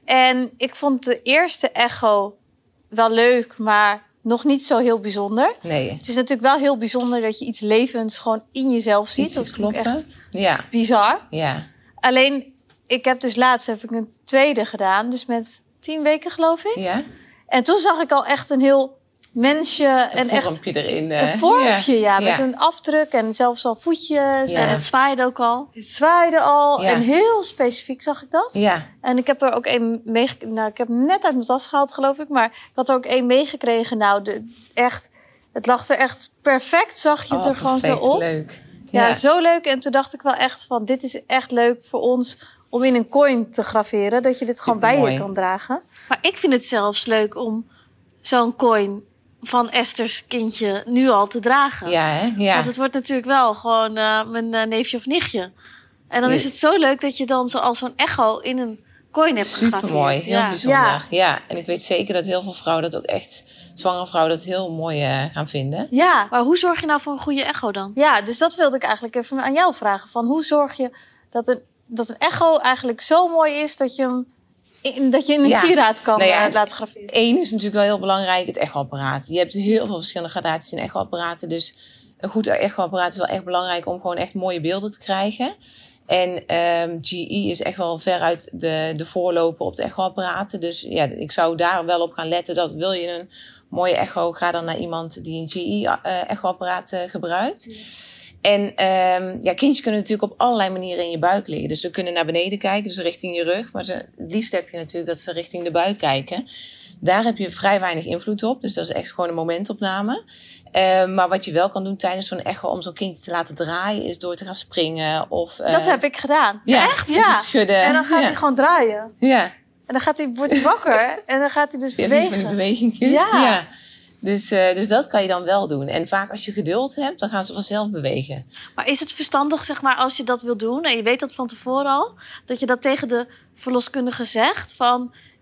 En ik vond de eerste echo wel leuk, maar nog niet zo heel bijzonder. Nee. Het is natuurlijk wel heel bijzonder dat je iets levends gewoon in jezelf ziet. Iets dat is kloppen. echt ja. bizar. Ja. Alleen, ik heb dus laatst heb ik een tweede gedaan. Dus met tien weken, geloof ik. Ja. En toen zag ik al echt een heel mensje. Een en vormpje echt, erin. Uh, een vormpje, ja. ja. Met ja. een afdruk en zelfs al voetjes. Ja. En het zwaaide ook al. Het zwaaide al. Ja. En heel specifiek zag ik dat. Ja. En ik heb er ook één meegekregen. Nou, ik heb hem net uit mijn tas gehaald, geloof ik. Maar ik had er ook één meegekregen. Nou, de, echt... Het lag er echt perfect. Zag je het oh, er gewoon perfect. zo op. Leuk. Ja, Ja, zo leuk. En toen dacht ik wel echt van... Dit is echt leuk voor ons om in een coin te graveren. Dat je dit gewoon bij Supermooi. je kan dragen. Maar ik vind het zelfs leuk om zo'n coin van Esther's kindje nu al te dragen. Ja, hè? Ja. Want het wordt natuurlijk wel gewoon uh, mijn uh, neefje of nichtje. En dan is het zo leuk dat je dan zo als zo'n echo in een coin hebt gegraveerd. Supermooi, heel ja. bijzonder. Ja. Ja, en ik weet zeker dat heel veel vrouwen dat ook echt, zwangere vrouwen dat heel mooi uh, gaan vinden. Ja. Maar hoe zorg je nou voor een goede echo dan? Ja, dus dat wilde ik eigenlijk even aan jou vragen. Van hoe zorg je dat een, dat een echo eigenlijk zo mooi is dat je hem in, dat je in een Ja. sieraad kan Nou ja, uh, laten graveren? Eén is natuurlijk wel heel belangrijk, het echoapparaat. Je hebt heel veel verschillende gradaties in echoapparaten. Dus een goed echoapparaat is wel echt belangrijk om gewoon echt mooie beelden te krijgen. En um, G E is echt wel veruit de, de voorloper op de echoapparaten. Dus ja, ik zou daar wel op gaan letten. Dat wil je een mooie echo, ga dan naar iemand die een G E-echoapparaat uh, gebruikt. Ja. En um, ja, kindjes kunnen natuurlijk op allerlei manieren in je buik liggen. Dus ze kunnen naar beneden kijken, dus richting je rug. Maar ze, het liefst heb je natuurlijk dat ze richting de buik kijken. Daar heb je vrij weinig invloed op. Dus dat is echt gewoon een momentopname. Uh, maar wat je wel kan doen tijdens zo'n echo om zo'n kindje te laten draaien, is door te gaan springen. Of, uh, dat heb ik gedaan. Ja, echt? Ja. Schudden. En dan gaat ja. hij gewoon draaien. Ja. En dan gaat hij, wordt hij wakker en dan gaat hij dus ja, bewegen. Van die bewegingjes. Ja. ja. Dus, uh, dus dat kan je dan wel doen. En vaak als je geduld hebt, dan gaan ze vanzelf bewegen. Maar is het verstandig, zeg maar, als je dat wil doen en je weet dat van tevoren al, dat je dat tegen de verloskundige zegt van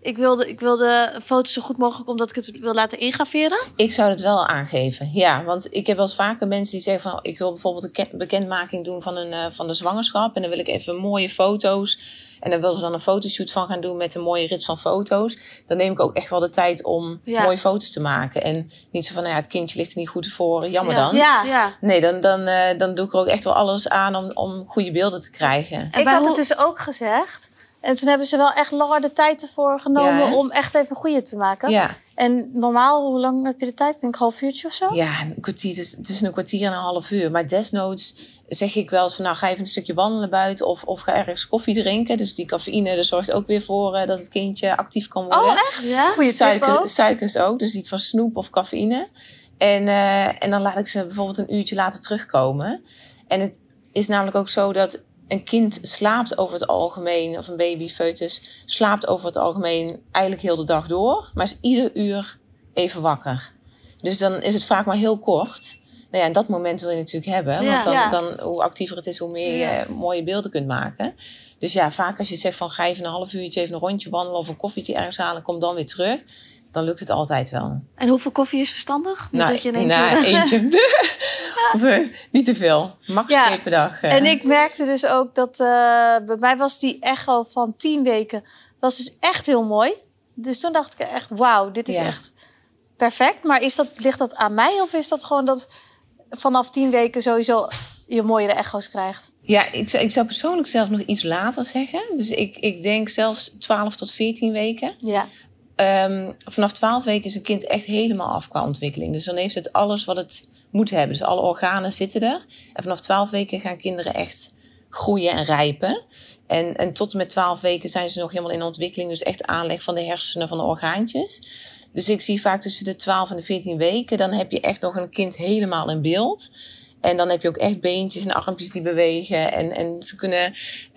ik wilde, ik wilde foto's zo goed mogelijk omdat ik het wil laten ingraveren? Ik zou het wel aangeven, ja. Want ik heb wel eens vaker mensen die zeggen van... ik wil bijvoorbeeld een ke- bekendmaking doen van, een, uh, van de zwangerschap. En dan wil ik even mooie foto's. En dan wil ze dan een fotoshoot van gaan doen met een mooie rit van foto's. Dan neem ik ook echt wel de tijd om ja. mooie foto's te maken. En niet zo van, nou ja, het kindje ligt er niet goed voor, jammer ja. dan. Ja. Ja. Nee, dan, dan, uh, dan doe ik er ook echt wel alles aan om, om goede beelden te krijgen. Ik had het dus ook gezegd. En toen hebben ze wel echt langer de tijd ervoor genomen ja, om echt even een goede te maken. Ja. En normaal, hoe lang heb je de tijd? Denk ik een half uurtje of zo? Ja, een kwartier, dus, tussen een kwartier en een half uur. Maar desnoods zeg ik wel eens van, nou, ga even een stukje wandelen buiten of, of ga ergens koffie drinken. Dus die cafeïne, dat zorgt ook weer voor uh, dat het kindje actief kan worden. Oh, echt? Ja? Goeie Suiker, ook. Suikers ook, dus iets van snoep of cafeïne. En, uh, en dan laat ik ze bijvoorbeeld een uurtje later terugkomen. En het is namelijk ook zo dat een kind slaapt over het algemeen, of een baby, foetus, slaapt over het algemeen eigenlijk heel de dag door. Maar is ieder uur even wakker. Dus dan is het vaak maar heel kort. Nou ja, en dat moment wil je natuurlijk hebben. Ja, want dan, ja. dan, hoe actiever het is, hoe meer je ja. mooie beelden kunt maken. Dus ja, vaak als je zegt van ga even een half uurtje even een rondje wandelen of een koffietje ergens halen, kom dan weer terug. Dan lukt het altijd wel. En hoeveel koffie is verstandig? Niet nou, dat je in één nou, keer... eentje. Of, uh, niet te veel. Max ja. twee per dag. Uh. En ik merkte dus ook dat... Uh, bij mij was die echo van tien weken... was dus echt heel mooi. Dus toen dacht ik echt, wauw, dit is ja. echt perfect. Maar is dat, ligt dat aan mij? Of is dat gewoon dat vanaf tien weken sowieso je mooiere echo's krijgt? Ja, ik, ik zou persoonlijk zelf nog iets later zeggen. Dus ik, ik denk zelfs twaalf tot veertien weken. Ja. Um, vanaf twaalf weken is een kind echt helemaal af qua ontwikkeling. Dus dan heeft het alles wat het moet hebben. Dus alle organen zitten er. En vanaf twaalf weken gaan kinderen echt groeien en rijpen. En, en tot en met twaalf weken zijn ze nog helemaal in ontwikkeling. Dus echt aanleg van de hersenen, van de orgaantjes. Dus ik zie vaak tussen de twaalf en de veertien weken... dan heb je echt nog een kind helemaal in beeld. En dan heb je ook echt beentjes en armpjes die bewegen. En, en ze kunnen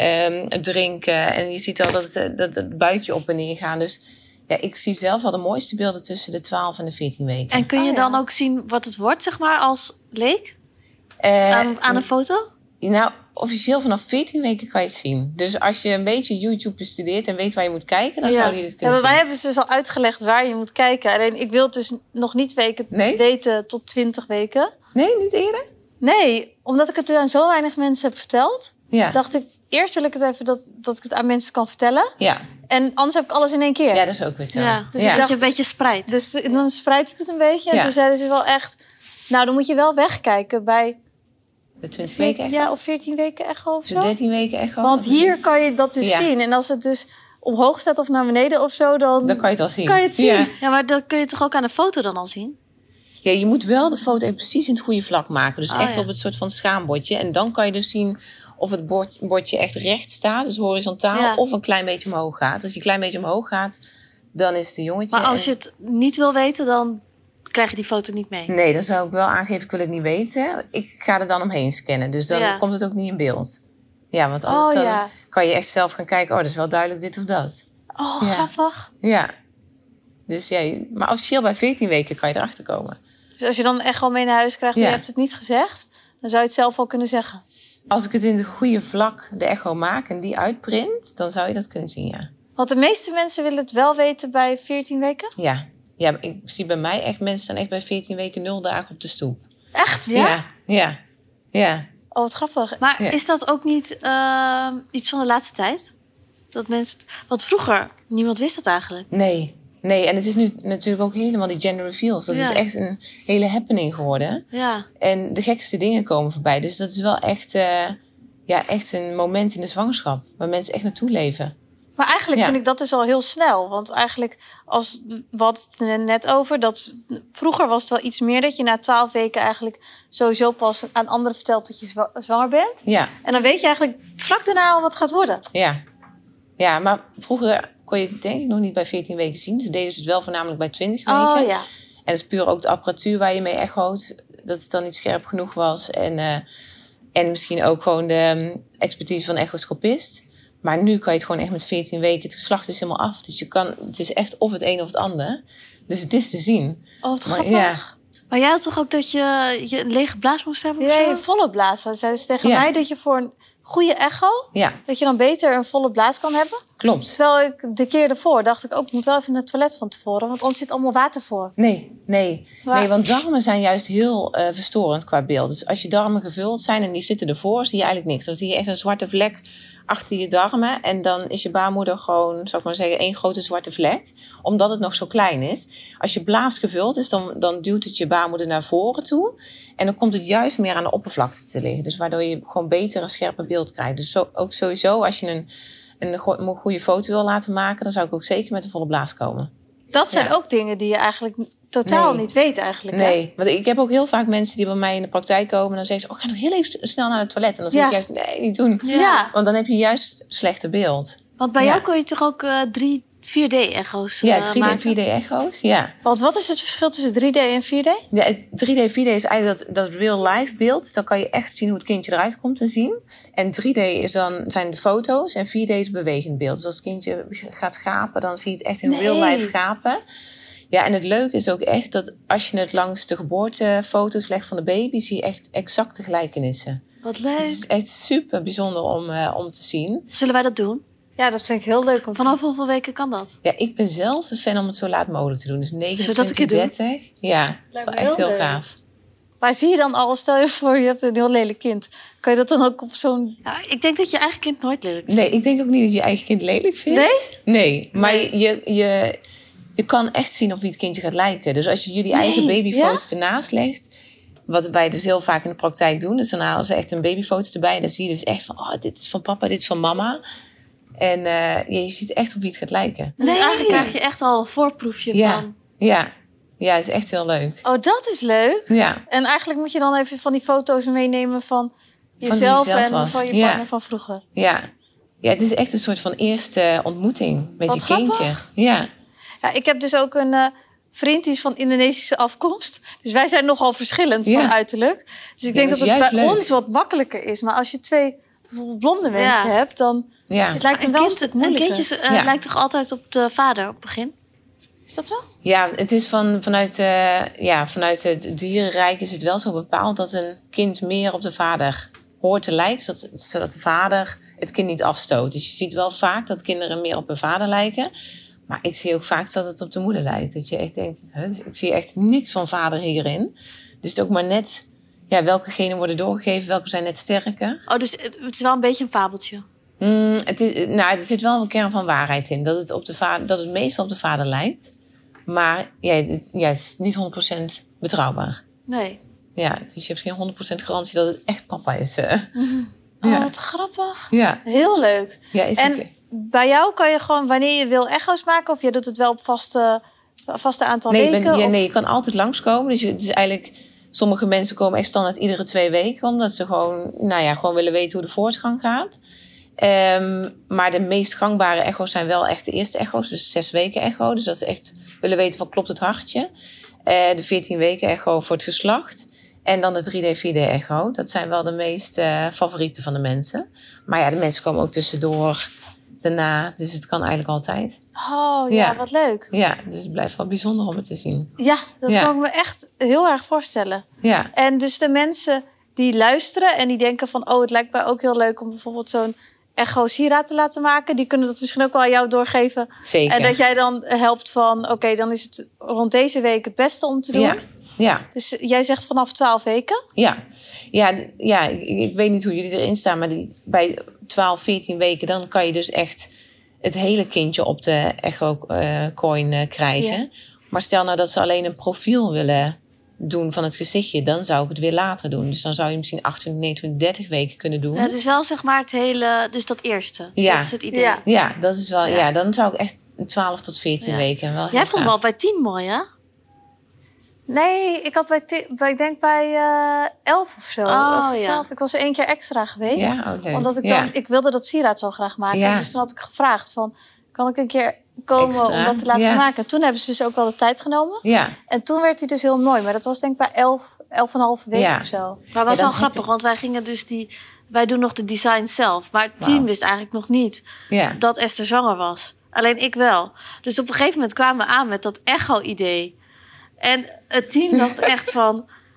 um, drinken. En je ziet al dat het, dat het buikje op en neer gaat. Dus ja, ik zie zelf wel de mooiste beelden tussen de twaalf en de veertien weken. En kun je oh, dan ja. ook zien wat het wordt, zeg maar, als leek? Uh, aan, aan een foto? Nou, officieel vanaf veertien weken kan je het zien. Dus als je een beetje YouTube bestudeert en weet waar je moet kijken, dan ja. zou je dit kunnen ja, zien. Wij hebben dus al uitgelegd waar je moet kijken. Alleen ik wil het dus nog niet weken nee? weten tot twintig weken. Nee, niet eerder? Nee, omdat ik het aan zo weinig mensen heb verteld, ja. dacht ik, eerst wil ik het even dat, dat ik het aan mensen kan vertellen. Ja. En anders heb ik alles in één keer. Ja, dat is ook weer zo. Ja, dus ja. dat je een beetje spreidt. Dus dan spreid ik het een beetje. En ja. toen zeiden ze wel echt, nou dan moet je wel wegkijken bij de twintig weken echo? Ja, of veertien weken echo of zo. De dertien weken echo. Want hier kan je dat dus ja. zien. En als het dus omhoog staat of naar beneden of zo, dan, dan kan je het al zien. Kan je het zien. Ja. ja, maar dan kun je toch ook aan de foto dan al zien? Ja, je moet wel de foto precies in het goede vlak maken. Dus oh, echt ja. op het soort van schaambordje. En dan kan je dus zien of het bord, bordje echt recht staat, dus horizontaal, ja. of een klein beetje omhoog gaat. Als je een klein beetje omhoog gaat, dan is het een jongetje. Maar als je het niet wil weten, dan krijg je die foto niet mee? Nee, dan zou ik wel aangeven, ik wil het niet weten. Ik ga er dan omheen scannen, dus dan ja. komt het ook niet in beeld. Ja, want anders oh, dan ja. kan je echt zelf gaan kijken, oh, dat is wel duidelijk dit of dat. Oh, ja. grappig. Ja. Dus ja, maar officieel bij veertien weken kan je erachter komen. Dus als je dan echt gewoon mee naar huis krijgt en ja. je hebt het niet gezegd, dan zou je het zelf al kunnen zeggen. Als ik het in het goede vlak, de echo maak en die uitprint, dan zou je dat kunnen zien, ja. Want de meeste mensen willen het wel weten bij veertien weken? Ja. Ja, ik zie bij mij echt mensen staan echt bij veertien weken nul dagen op de stoep. Echt? Ja? Ja. Ja. ja. Oh, wat grappig. Maar ja. is dat ook niet uh, iets van de laatste tijd? Dat mensen, want vroeger, niemand wist dat eigenlijk. Nee. Nee, en het is nu natuurlijk ook helemaal die gender reveals. Dat ja. is echt een hele happening geworden. Ja. En de gekste dingen komen voorbij. Dus dat is wel echt, uh, ja, echt een moment in de zwangerschap. Waar mensen echt naartoe leven. Maar eigenlijk ja. vind ik dat dus al heel snel. Want eigenlijk, als wat net over, dat vroeger was het wel iets meer dat je na twaalf weken eigenlijk sowieso pas aan anderen vertelt dat je zwanger bent. Ja. En dan weet je eigenlijk vlak daarna al wat gaat worden. Ja. Ja, maar vroeger kon je het denk ik nog niet bij veertien weken zien. Ze deden het wel voornamelijk bij twintig weken. Oh, ja. En het is puur ook de apparatuur waar je mee echoot, dat het dan niet scherp genoeg was. En, uh, en misschien ook gewoon de um, expertise van de echoscopist. Maar nu kan je het gewoon echt met veertien weken, het geslacht is helemaal af. Dus je kan, het is echt of het een of het ander. Dus het is te zien. Oh, wat grappig. Maar, ja. maar jij had toch ook dat je, je een lege blaas moest hebben? Ja, je volle blaas. Zeiden ze tegen ja. mij dat je voor een goede echo. Ja, Dat je dan beter een volle blaas kan hebben. klopt. Terwijl ik de keer ervoor dacht ik ook, ik moet wel even naar het toilet van tevoren. Want anders zit allemaal water voor. Nee, nee. Maar- nee, want darmen zijn juist heel uh, verstorend qua beeld. Dus als je darmen gevuld zijn en die zitten ervoor, zie je eigenlijk niks. Dan zie je echt een zwarte vlek achter je darmen. En dan is je baarmoeder gewoon, zou ik maar zeggen, één grote zwarte vlek. Omdat het nog zo klein is. Als je blaas gevuld is, dan, dan duwt het je baarmoeder naar voren toe. En dan komt het juist meer aan de oppervlakte te liggen. Dus waardoor je gewoon beter een scherper beeld krijgt. Dus zo, ook sowieso, als je een, een, go- een goede foto wil laten maken, dan zou ik ook zeker met een volle blaas komen. Dat zijn Ja. ook dingen die je eigenlijk totaal Nee. niet weet eigenlijk. Hè? Nee, want ik heb ook heel vaak mensen die bij mij in de praktijk komen. En dan zeggen ze, oh, ik ga nog heel even snel naar het toilet. En dan zeg Ja. ik juist, nee, niet doen. Ja. ja. Want dan heb je juist slechter beeld. Want bij Ja. jou kon je toch ook uh, drie vier D-echo's Ja, uh, drie D en maken? vier D-echo's, ja. Want wat is het verschil tussen drie D en vier D? Ja, het drie D, vier D is eigenlijk dat, dat real-life beeld. Dus dan kan je echt zien hoe het kindje eruit komt te zien. En drie D is dan, zijn de foto's en vier D is bewegend beeld. Dus als het kindje gaat gapen, dan zie je het echt in Nee. real-life gapen. Ja, en het leuke is ook echt dat als je het langs de geboortefoto's legt van de baby, zie je echt exacte gelijkenissen. Wat Het is leuk. echt super bijzonder om, uh, om te zien. Zullen wij dat doen? Ja, dat vind ik heel leuk. Om te... Vanaf hoeveel weken kan dat? Ja, ik ben zelf de fan om het zo laat mogelijk te doen. Dus Zullen we dat een negenentwintig, keer doen? dertig. Ja, dat is Lijkt wel me echt heel heel leuk. gaaf. Maar zie je dan al, stel je voor, je hebt een heel lelijk kind. Kan je dat dan ook op zo'n... Ja, ik denk dat je eigen kind nooit lelijk vindt. Nee, ik denk ook niet dat je je eigen kind lelijk vindt. Nee? Nee, maar je, je, je, je kan echt zien op wie het kindje gaat lijken. Dus als je jullie Nee, eigen babyfoto's ja? ernaast legt, wat wij dus heel vaak in de praktijk doen, dus dan halen ze echt een babyfoto's erbij. Dan zie je dus echt van, oh, dit is van papa, dit is van mama. En uh, ja, je ziet echt op wie het gaat lijken. Dus Nee. eigenlijk krijg je echt al een voorproefje Ja, van... ja. Ja, het is echt heel leuk. Oh, dat is leuk. Ja, En eigenlijk moet je dan even van die foto's meenemen van jezelf, jezelf en was. van je Ja. partner van vroeger. ja. Ja, het is echt een soort van eerste ontmoeting met Wat je kindje. grappig. Ja. Ja, ik heb dus ook een uh, vriend die is van Indonesische afkomst. Dus wij zijn nogal verschillend Ja. van uiterlijk. Dus ik Ja, denk dat dat is het juist bij leuk. ons wat makkelijker is. Maar als je twee bijvoorbeeld blonde mensen Ja. hebt, dan Ja. het lijkt me Een, wel een kind, stuk een moeilijker. kindje uh, Ja. lijkt toch altijd op de vader op het begin? Is dat zo? Ja, het is van, vanuit, uh, ja, vanuit het dierenrijk is het wel zo bepaald dat een kind meer op de vader hoort te lijken, zodat, zodat de vader het kind niet afstoot. Dus je ziet wel vaak dat kinderen meer op hun vader lijken. Maar ik zie ook vaak dat het op de moeder lijkt. Dat je echt denkt, huh, ik zie echt niks van vader hierin. Dus het is ook maar net ja, welke genen worden doorgegeven, welke zijn net sterker. Oh, dus het, het is wel een beetje een fabeltje. Mm, het is, nou, er zit wel een kern van waarheid in. Dat het, op de vader, dat het meestal op de vader lijkt. Maar ja, het, ja, het is niet honderd procent betrouwbaar. Nee. Ja, dus je hebt geen honderd procent garantie dat het echt papa is. Uh. Oh, Ja. wat grappig. Ja, Heel leuk. ja is En oké. bij jou kan je gewoon, wanneer je wil, echo's maken? Of je doet het wel op vaste, vaste aantal Nee, je weken? bent- ja, of- nee, je kan altijd langskomen. Dus je- het is eigenlijk, sommige mensen komen echt standaard iedere twee weken. Omdat ze gewoon, nou ja, gewoon willen weten hoe de voortgang gaat. Um, maar de meest gangbare echo's zijn wel echt de eerste echo's. Dus zes weken echo. Dus dat ze echt willen weten van klopt het hartje. Uh, de veertien weken echo voor het geslacht. En dan de drie D, vier D echo. Dat zijn wel de meest uh, favorieten van de mensen. Maar ja, de mensen komen ook tussendoor daarna. Dus het kan eigenlijk altijd. Oh, ja, Ja. wat leuk. Ja, dus het blijft wel bijzonder om het te zien. Ja, dat Ja. kan ik me echt heel erg voorstellen. Ja, En dus de mensen die luisteren en die denken van... oh, het lijkt mij ook heel leuk om bijvoorbeeld zo'n echo-sieraad te laten maken. Die kunnen dat misschien ook wel aan jou doorgeven. zeker. En dat jij dan helpt van... oké, okay, dan is het rond deze week het beste om te doen. Ja, ja, Dus jij zegt vanaf twaalf weken. ja. Ja, ja ik, ik weet niet hoe jullie erin staan, maar die, bij twaalf, veertien weken... dan kan je dus echt het hele kindje op de echo-coin uh, krijgen. Ja. Maar stel nou dat ze alleen een profiel willen doen van het gezichtje... dan zou ik het weer later doen. Dus dan zou je misschien achtentwintig, negenentwintig, dertig weken kunnen doen. Ja, het is wel zeg maar het hele... Dus dat eerste. Ja. Dat is het idee. Ja. Ja, dat is wel. Ja. Ja. dan zou ik echt twaalf tot veertien Ja. weken wel. Jij heel vond graag. wel bij tien mooi, hè? Nee, ik had bij, ti- bij ik denk bij uh, elf of zo. Oh, of ja. twaalf. Ik was er één keer extra geweest. Ja, oké. Omdat ik Ja. dan, ik wilde dat sieraad zo graag maken. Ja. Dus toen had ik gevraagd van, kan ik een keer komen Extra, om dat te laten ja. maken? Toen hebben ze dus ook wel de tijd genomen. Ja, En toen werd hij dus heel mooi. Maar dat was denk ik bij elf, elf en een half week Ja. of zo. Maar was dan wel heb grappig, want wij gingen dus die... Wij doen nog de design zelf. Maar het team Wauw. wist eigenlijk nog niet ja. dat Esther zwanger was. Alleen ik wel. Dus op een gegeven moment kwamen we aan met dat echo-idee. En het team dacht echt van...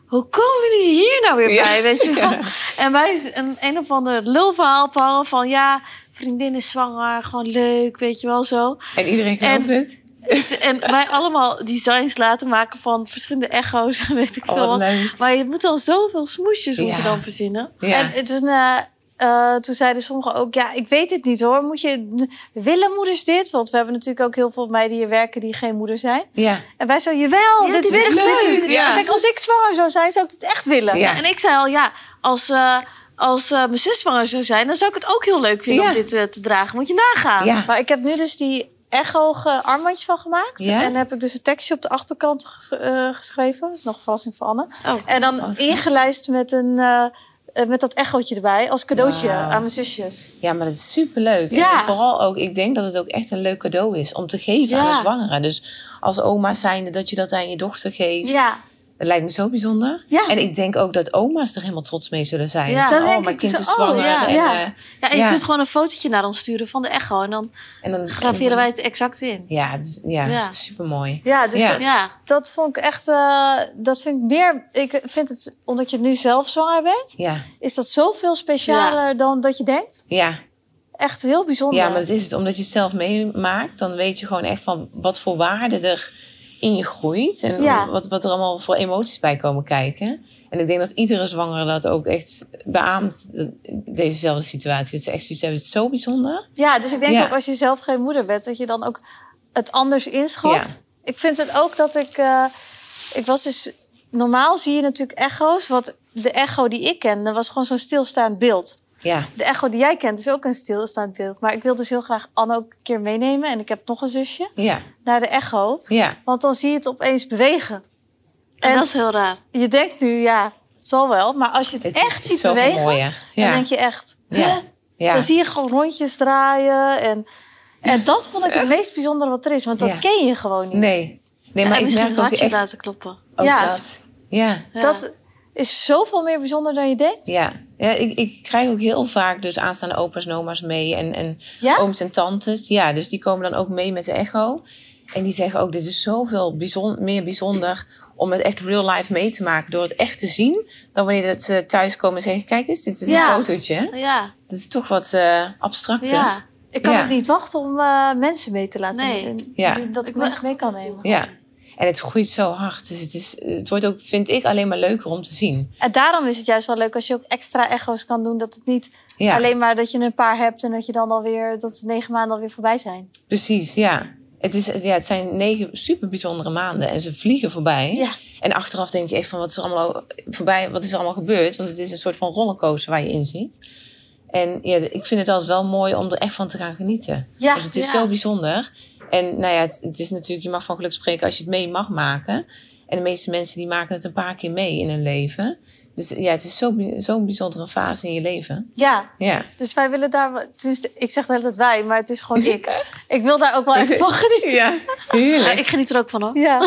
hoe komen jullie hier nou weer Ja. bij? Weet je wel? Ja. En wij een, een of ander lulverhaal ophangen van... ja, vriendin is zwanger, gewoon leuk, weet je wel zo. En iedereen gelooft En- het? Dus- En wij allemaal designs laten maken van verschillende echo's, weet ik Oh, veel wat wat. leuk. Maar je moet dan zoveel smoesjes moet je Ja. dan verzinnen. Ja. En het is een, eh, eh, toen zeiden sommigen ook, ja, ik weet het niet hoor. Moet je, willen moeders dit? Want we hebben natuurlijk ook heel veel meiden hier werken die geen moeder zijn. Ja. En wij zo, jawel, Ja, dit dit wil is ik. leuk, Dit- ja. Kijk, als ik zwanger zou zijn, zou ik het echt willen. Ja. En ik zei al, ja, als, eh, als eh, mijn zus zwanger zou zijn... dan zou ik het ook heel leuk vinden Ja. om dit eh, te dragen. Moet je nagaan. Ja. Maar ik heb nu dus die echo armbandjes van gemaakt. Ja? En dan heb ik dus een tekstje op de achterkant ges- eh, geschreven. Dat is nog een verrassing voor Anne. Oh, En dan wat. ingelijst met, een, eh, eh, met dat echootje erbij. Als cadeautje Wauw. aan mijn zusjes. Ja, maar dat is superleuk. Ja. En vooral ook, ik denk dat het ook echt een leuk cadeau is om te geven Ja. aan een zwangere. Dus als oma zijnde dat je dat aan je dochter geeft. Ja. Dat lijkt me zo bijzonder. Ja. En ik denk ook dat oma's er helemaal trots mee zullen zijn. Ja. Van, Dat oh, denk mijn ik kind zo. is Oh, zwanger. ja. En, Ja. eh, Ja, en je Ja. kunt gewoon een fotootje naar ons sturen van de echo. En dan en dan graveren wij het exact in. Ja, het is, ja, Ja. supermooi. Ja, dus Ja. dat- Ja. dat vond ik echt... eh, dat vind ik meer... Ik vind het, omdat je nu zelf zwanger bent... Ja, is dat zoveel specialer dan dat je denkt. ja. Echt heel bijzonder. Ja, maar dat is het. Omdat je het zelf meemaakt, dan weet je gewoon echt van wat voor waarde er in je groeit. En Ja. wat, wat er allemaal voor emoties bij komen kijken. En ik denk dat iedere zwangere dat ook echt beaamt, dat- dezezelfde situatie. Dat ze echt zoiets hebben, het is zo bijzonder. Ja, dus ik denk Ja. ook als je zelf geen moeder bent... dat je dan ook het anders inschat. Ja. Ik vind het ook dat ik... eh, ik was dus... Normaal zie je natuurlijk echo's. Wat de echo die ik kende was gewoon zo'n stilstaand beeld. Ja, De echo die jij kent is ook een stilstaand beeld. Maar ik wil dus heel graag Anne ook een keer meenemen. En ik heb nog een zusje ja, naar de echo. ja. Want dan zie je het opeens bewegen. En En dat is heel raar. je denkt nu, ja, het zal wel. Maar als je het, Het echt is ziet zoveel bewegen, mooier. dan Ja. denk je echt... Ja. "Huh?" Ja. Dan zie je gewoon rondjes draaien. En, en dat vond ik het meest bijzondere wat er is. Want dat Ja. ken je gewoon niet. Nee. Nee, En maar ik misschien merk een ook hartje echt... laten kloppen. Ook Ja. dat. Ja. Ja. Dat is zoveel meer bijzonder dan je denkt. Ja, ja ik, ik krijg ook heel vaak dus aanstaande opa's en oma's mee. En, en Ja? ooms en tantes. Ja, dus die komen dan ook mee met de echo. En die zeggen ook, dit is zoveel bijzon- meer bijzonder om het echt real life mee te maken. Door het echt te zien. Dan wanneer dat ze thuis komen en zeggen, kijk eens, dit is Ja. een fotootje. Ja. Dat is toch wat eh abstracter. Ja. Ik kan Ja. ook niet wachten om eh, mensen mee te laten Nee. nemen. Ja. Dat ik mensen mee kan nemen. Ja. En het groeit zo hard. Dus het, is, het wordt ook, vind ik, alleen maar leuker om te zien. En daarom is het juist wel leuk als je ook extra echo's kan doen. Dat het niet Ja. alleen maar dat je een paar hebt en dat je dan alweer dat de negen maanden alweer voorbij zijn. Precies, ja. Het, is, ja, het zijn negen super bijzondere maanden en ze vliegen voorbij. Ja. En achteraf denk je echt van wat is er allemaal voorbij, wat is er allemaal gebeurd? Want het is een soort van rollercoaster waar je in zit. En ja, ik vind het altijd wel mooi om er echt van te gaan genieten. Ja, Want het is ja. zo bijzonder. En nou ja, het, het is natuurlijk, je mag van geluk spreken als je het mee mag maken. En de meeste mensen die maken het een paar keer mee in hun leven. Dus ja, het is zo bi- zo'n bijzondere fase in je leven. Ja, Ja. dus wij willen daar... wel- Tenminste, ik zeg de hele tijd wij, maar het is gewoon ik. Ik wil daar ook wel echt van genieten. Ja, Ja, heerlijk. ik geniet er ook van hoor. Ja.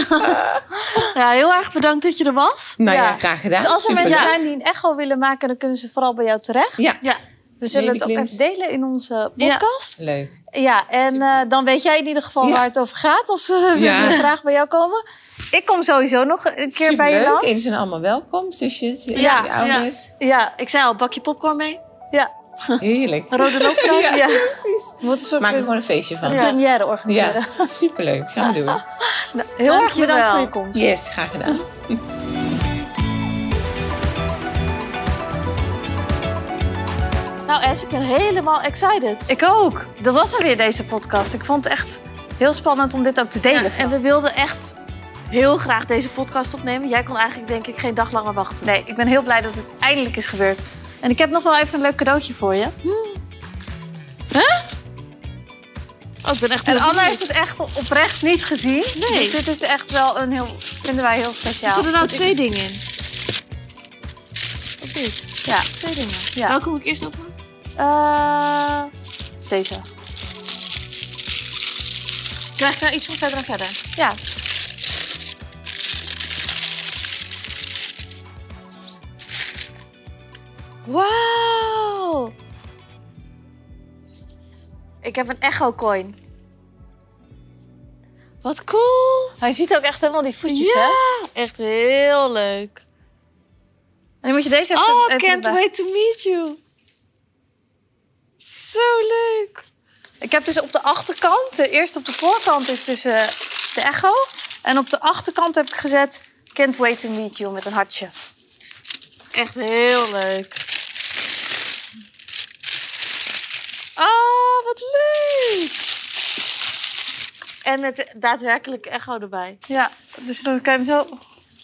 Ja, heel erg bedankt dat je er was. Nou ja, Ja. graag gedaan. Dus als er Super. mensen Ja. zijn die een echo willen maken, dan kunnen ze vooral bij jou terecht. Ja, Ja. We zullen het ook Babyklims. even delen in onze podcast. leuk. Ja, en eh, dan weet jij in ieder geval Ja. waar het over gaat als we Ja. weer graag bij jou komen. Ik kom sowieso nog een keer bij je Superleuk. langs. En ze zijn allemaal welkom, zusjes, Ja, ja, je ouders. Ja, Ik zei al, bakje popcorn mee. ja. Heerlijk. Een rode loopgraaf. Ja, Ja. precies. We moeten een soort Maak er pre- gewoon een feestje van. een Ja, première organiseren. superleuk. Gaan we doen. Nou, heel Dankjewel. erg bedankt voor je komst. Yes, graag gedaan. Nou Es, ik ben helemaal excited. Ik ook. Dat was er weer, deze podcast. Ik vond het echt heel spannend om dit ook te delen. Ja, en we wilden echt heel graag deze podcast opnemen. Jij kon eigenlijk denk ik geen dag langer wachten. Nee, ik ben heel blij dat het eindelijk is gebeurd. En ik heb nog wel even een leuk cadeautje voor je. Oh, ik ben echt En heel Anne benieuwd. heeft het echt oprecht niet gezien. Nee. Dus dit is echt wel een heel, vinden wij heel speciaal. Zitten er nou twee dingen in? Of niet? Ja. Twee dingen. Ja. Welke moet ik eerst openen? Eh, deze. Krijg ik nou iets van verder en verder? Ja. Wauw! Ik heb een Echo Coin. Wat cool! Maar je ziet ook echt helemaal die voetjes, hè? Ja, echt heel leuk. dan moet je deze even... Oh, even can't erbij. wait to meet you. Zo leuk. Ik heb dus op de achterkant, de eerste op de voorkant is dus uh, de echo. En op de achterkant heb ik gezet can't wait to meet you met een hartje. Echt heel leuk. Oh, wat leuk. En met daadwerkelijk echo erbij. Ja, dus dan kan je hem zo...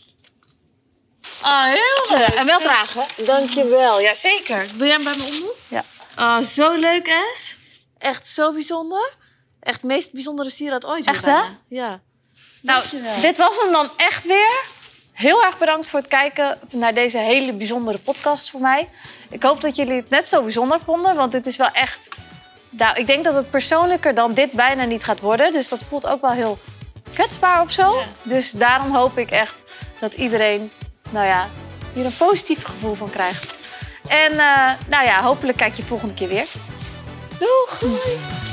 Oh, heel leuk. En wel dragen. Dankjewel. Ja, zeker. Wil jij hem bij me omdoen? Ja. Oh, zo leuk, Es. Echt zo bijzonder. Echt het meest bijzondere sieraad ooit. Echt, bijna. hè? Ja. Nou, Dankjewel. dit was hem dan echt weer. Heel erg bedankt voor het kijken naar deze hele bijzondere podcast voor mij. Ik hoop dat jullie het net zo bijzonder vonden, want dit is wel echt... Nou, ik denk dat het persoonlijker dan dit bijna niet gaat worden. Dus dat voelt ook wel heel kwetsbaar of zo. Ja. Dus daarom hoop ik echt dat iedereen, nou ja, hier een positief gevoel van krijgt. En uh, nou ja, hopelijk kijk je volgende keer weer. Doeg!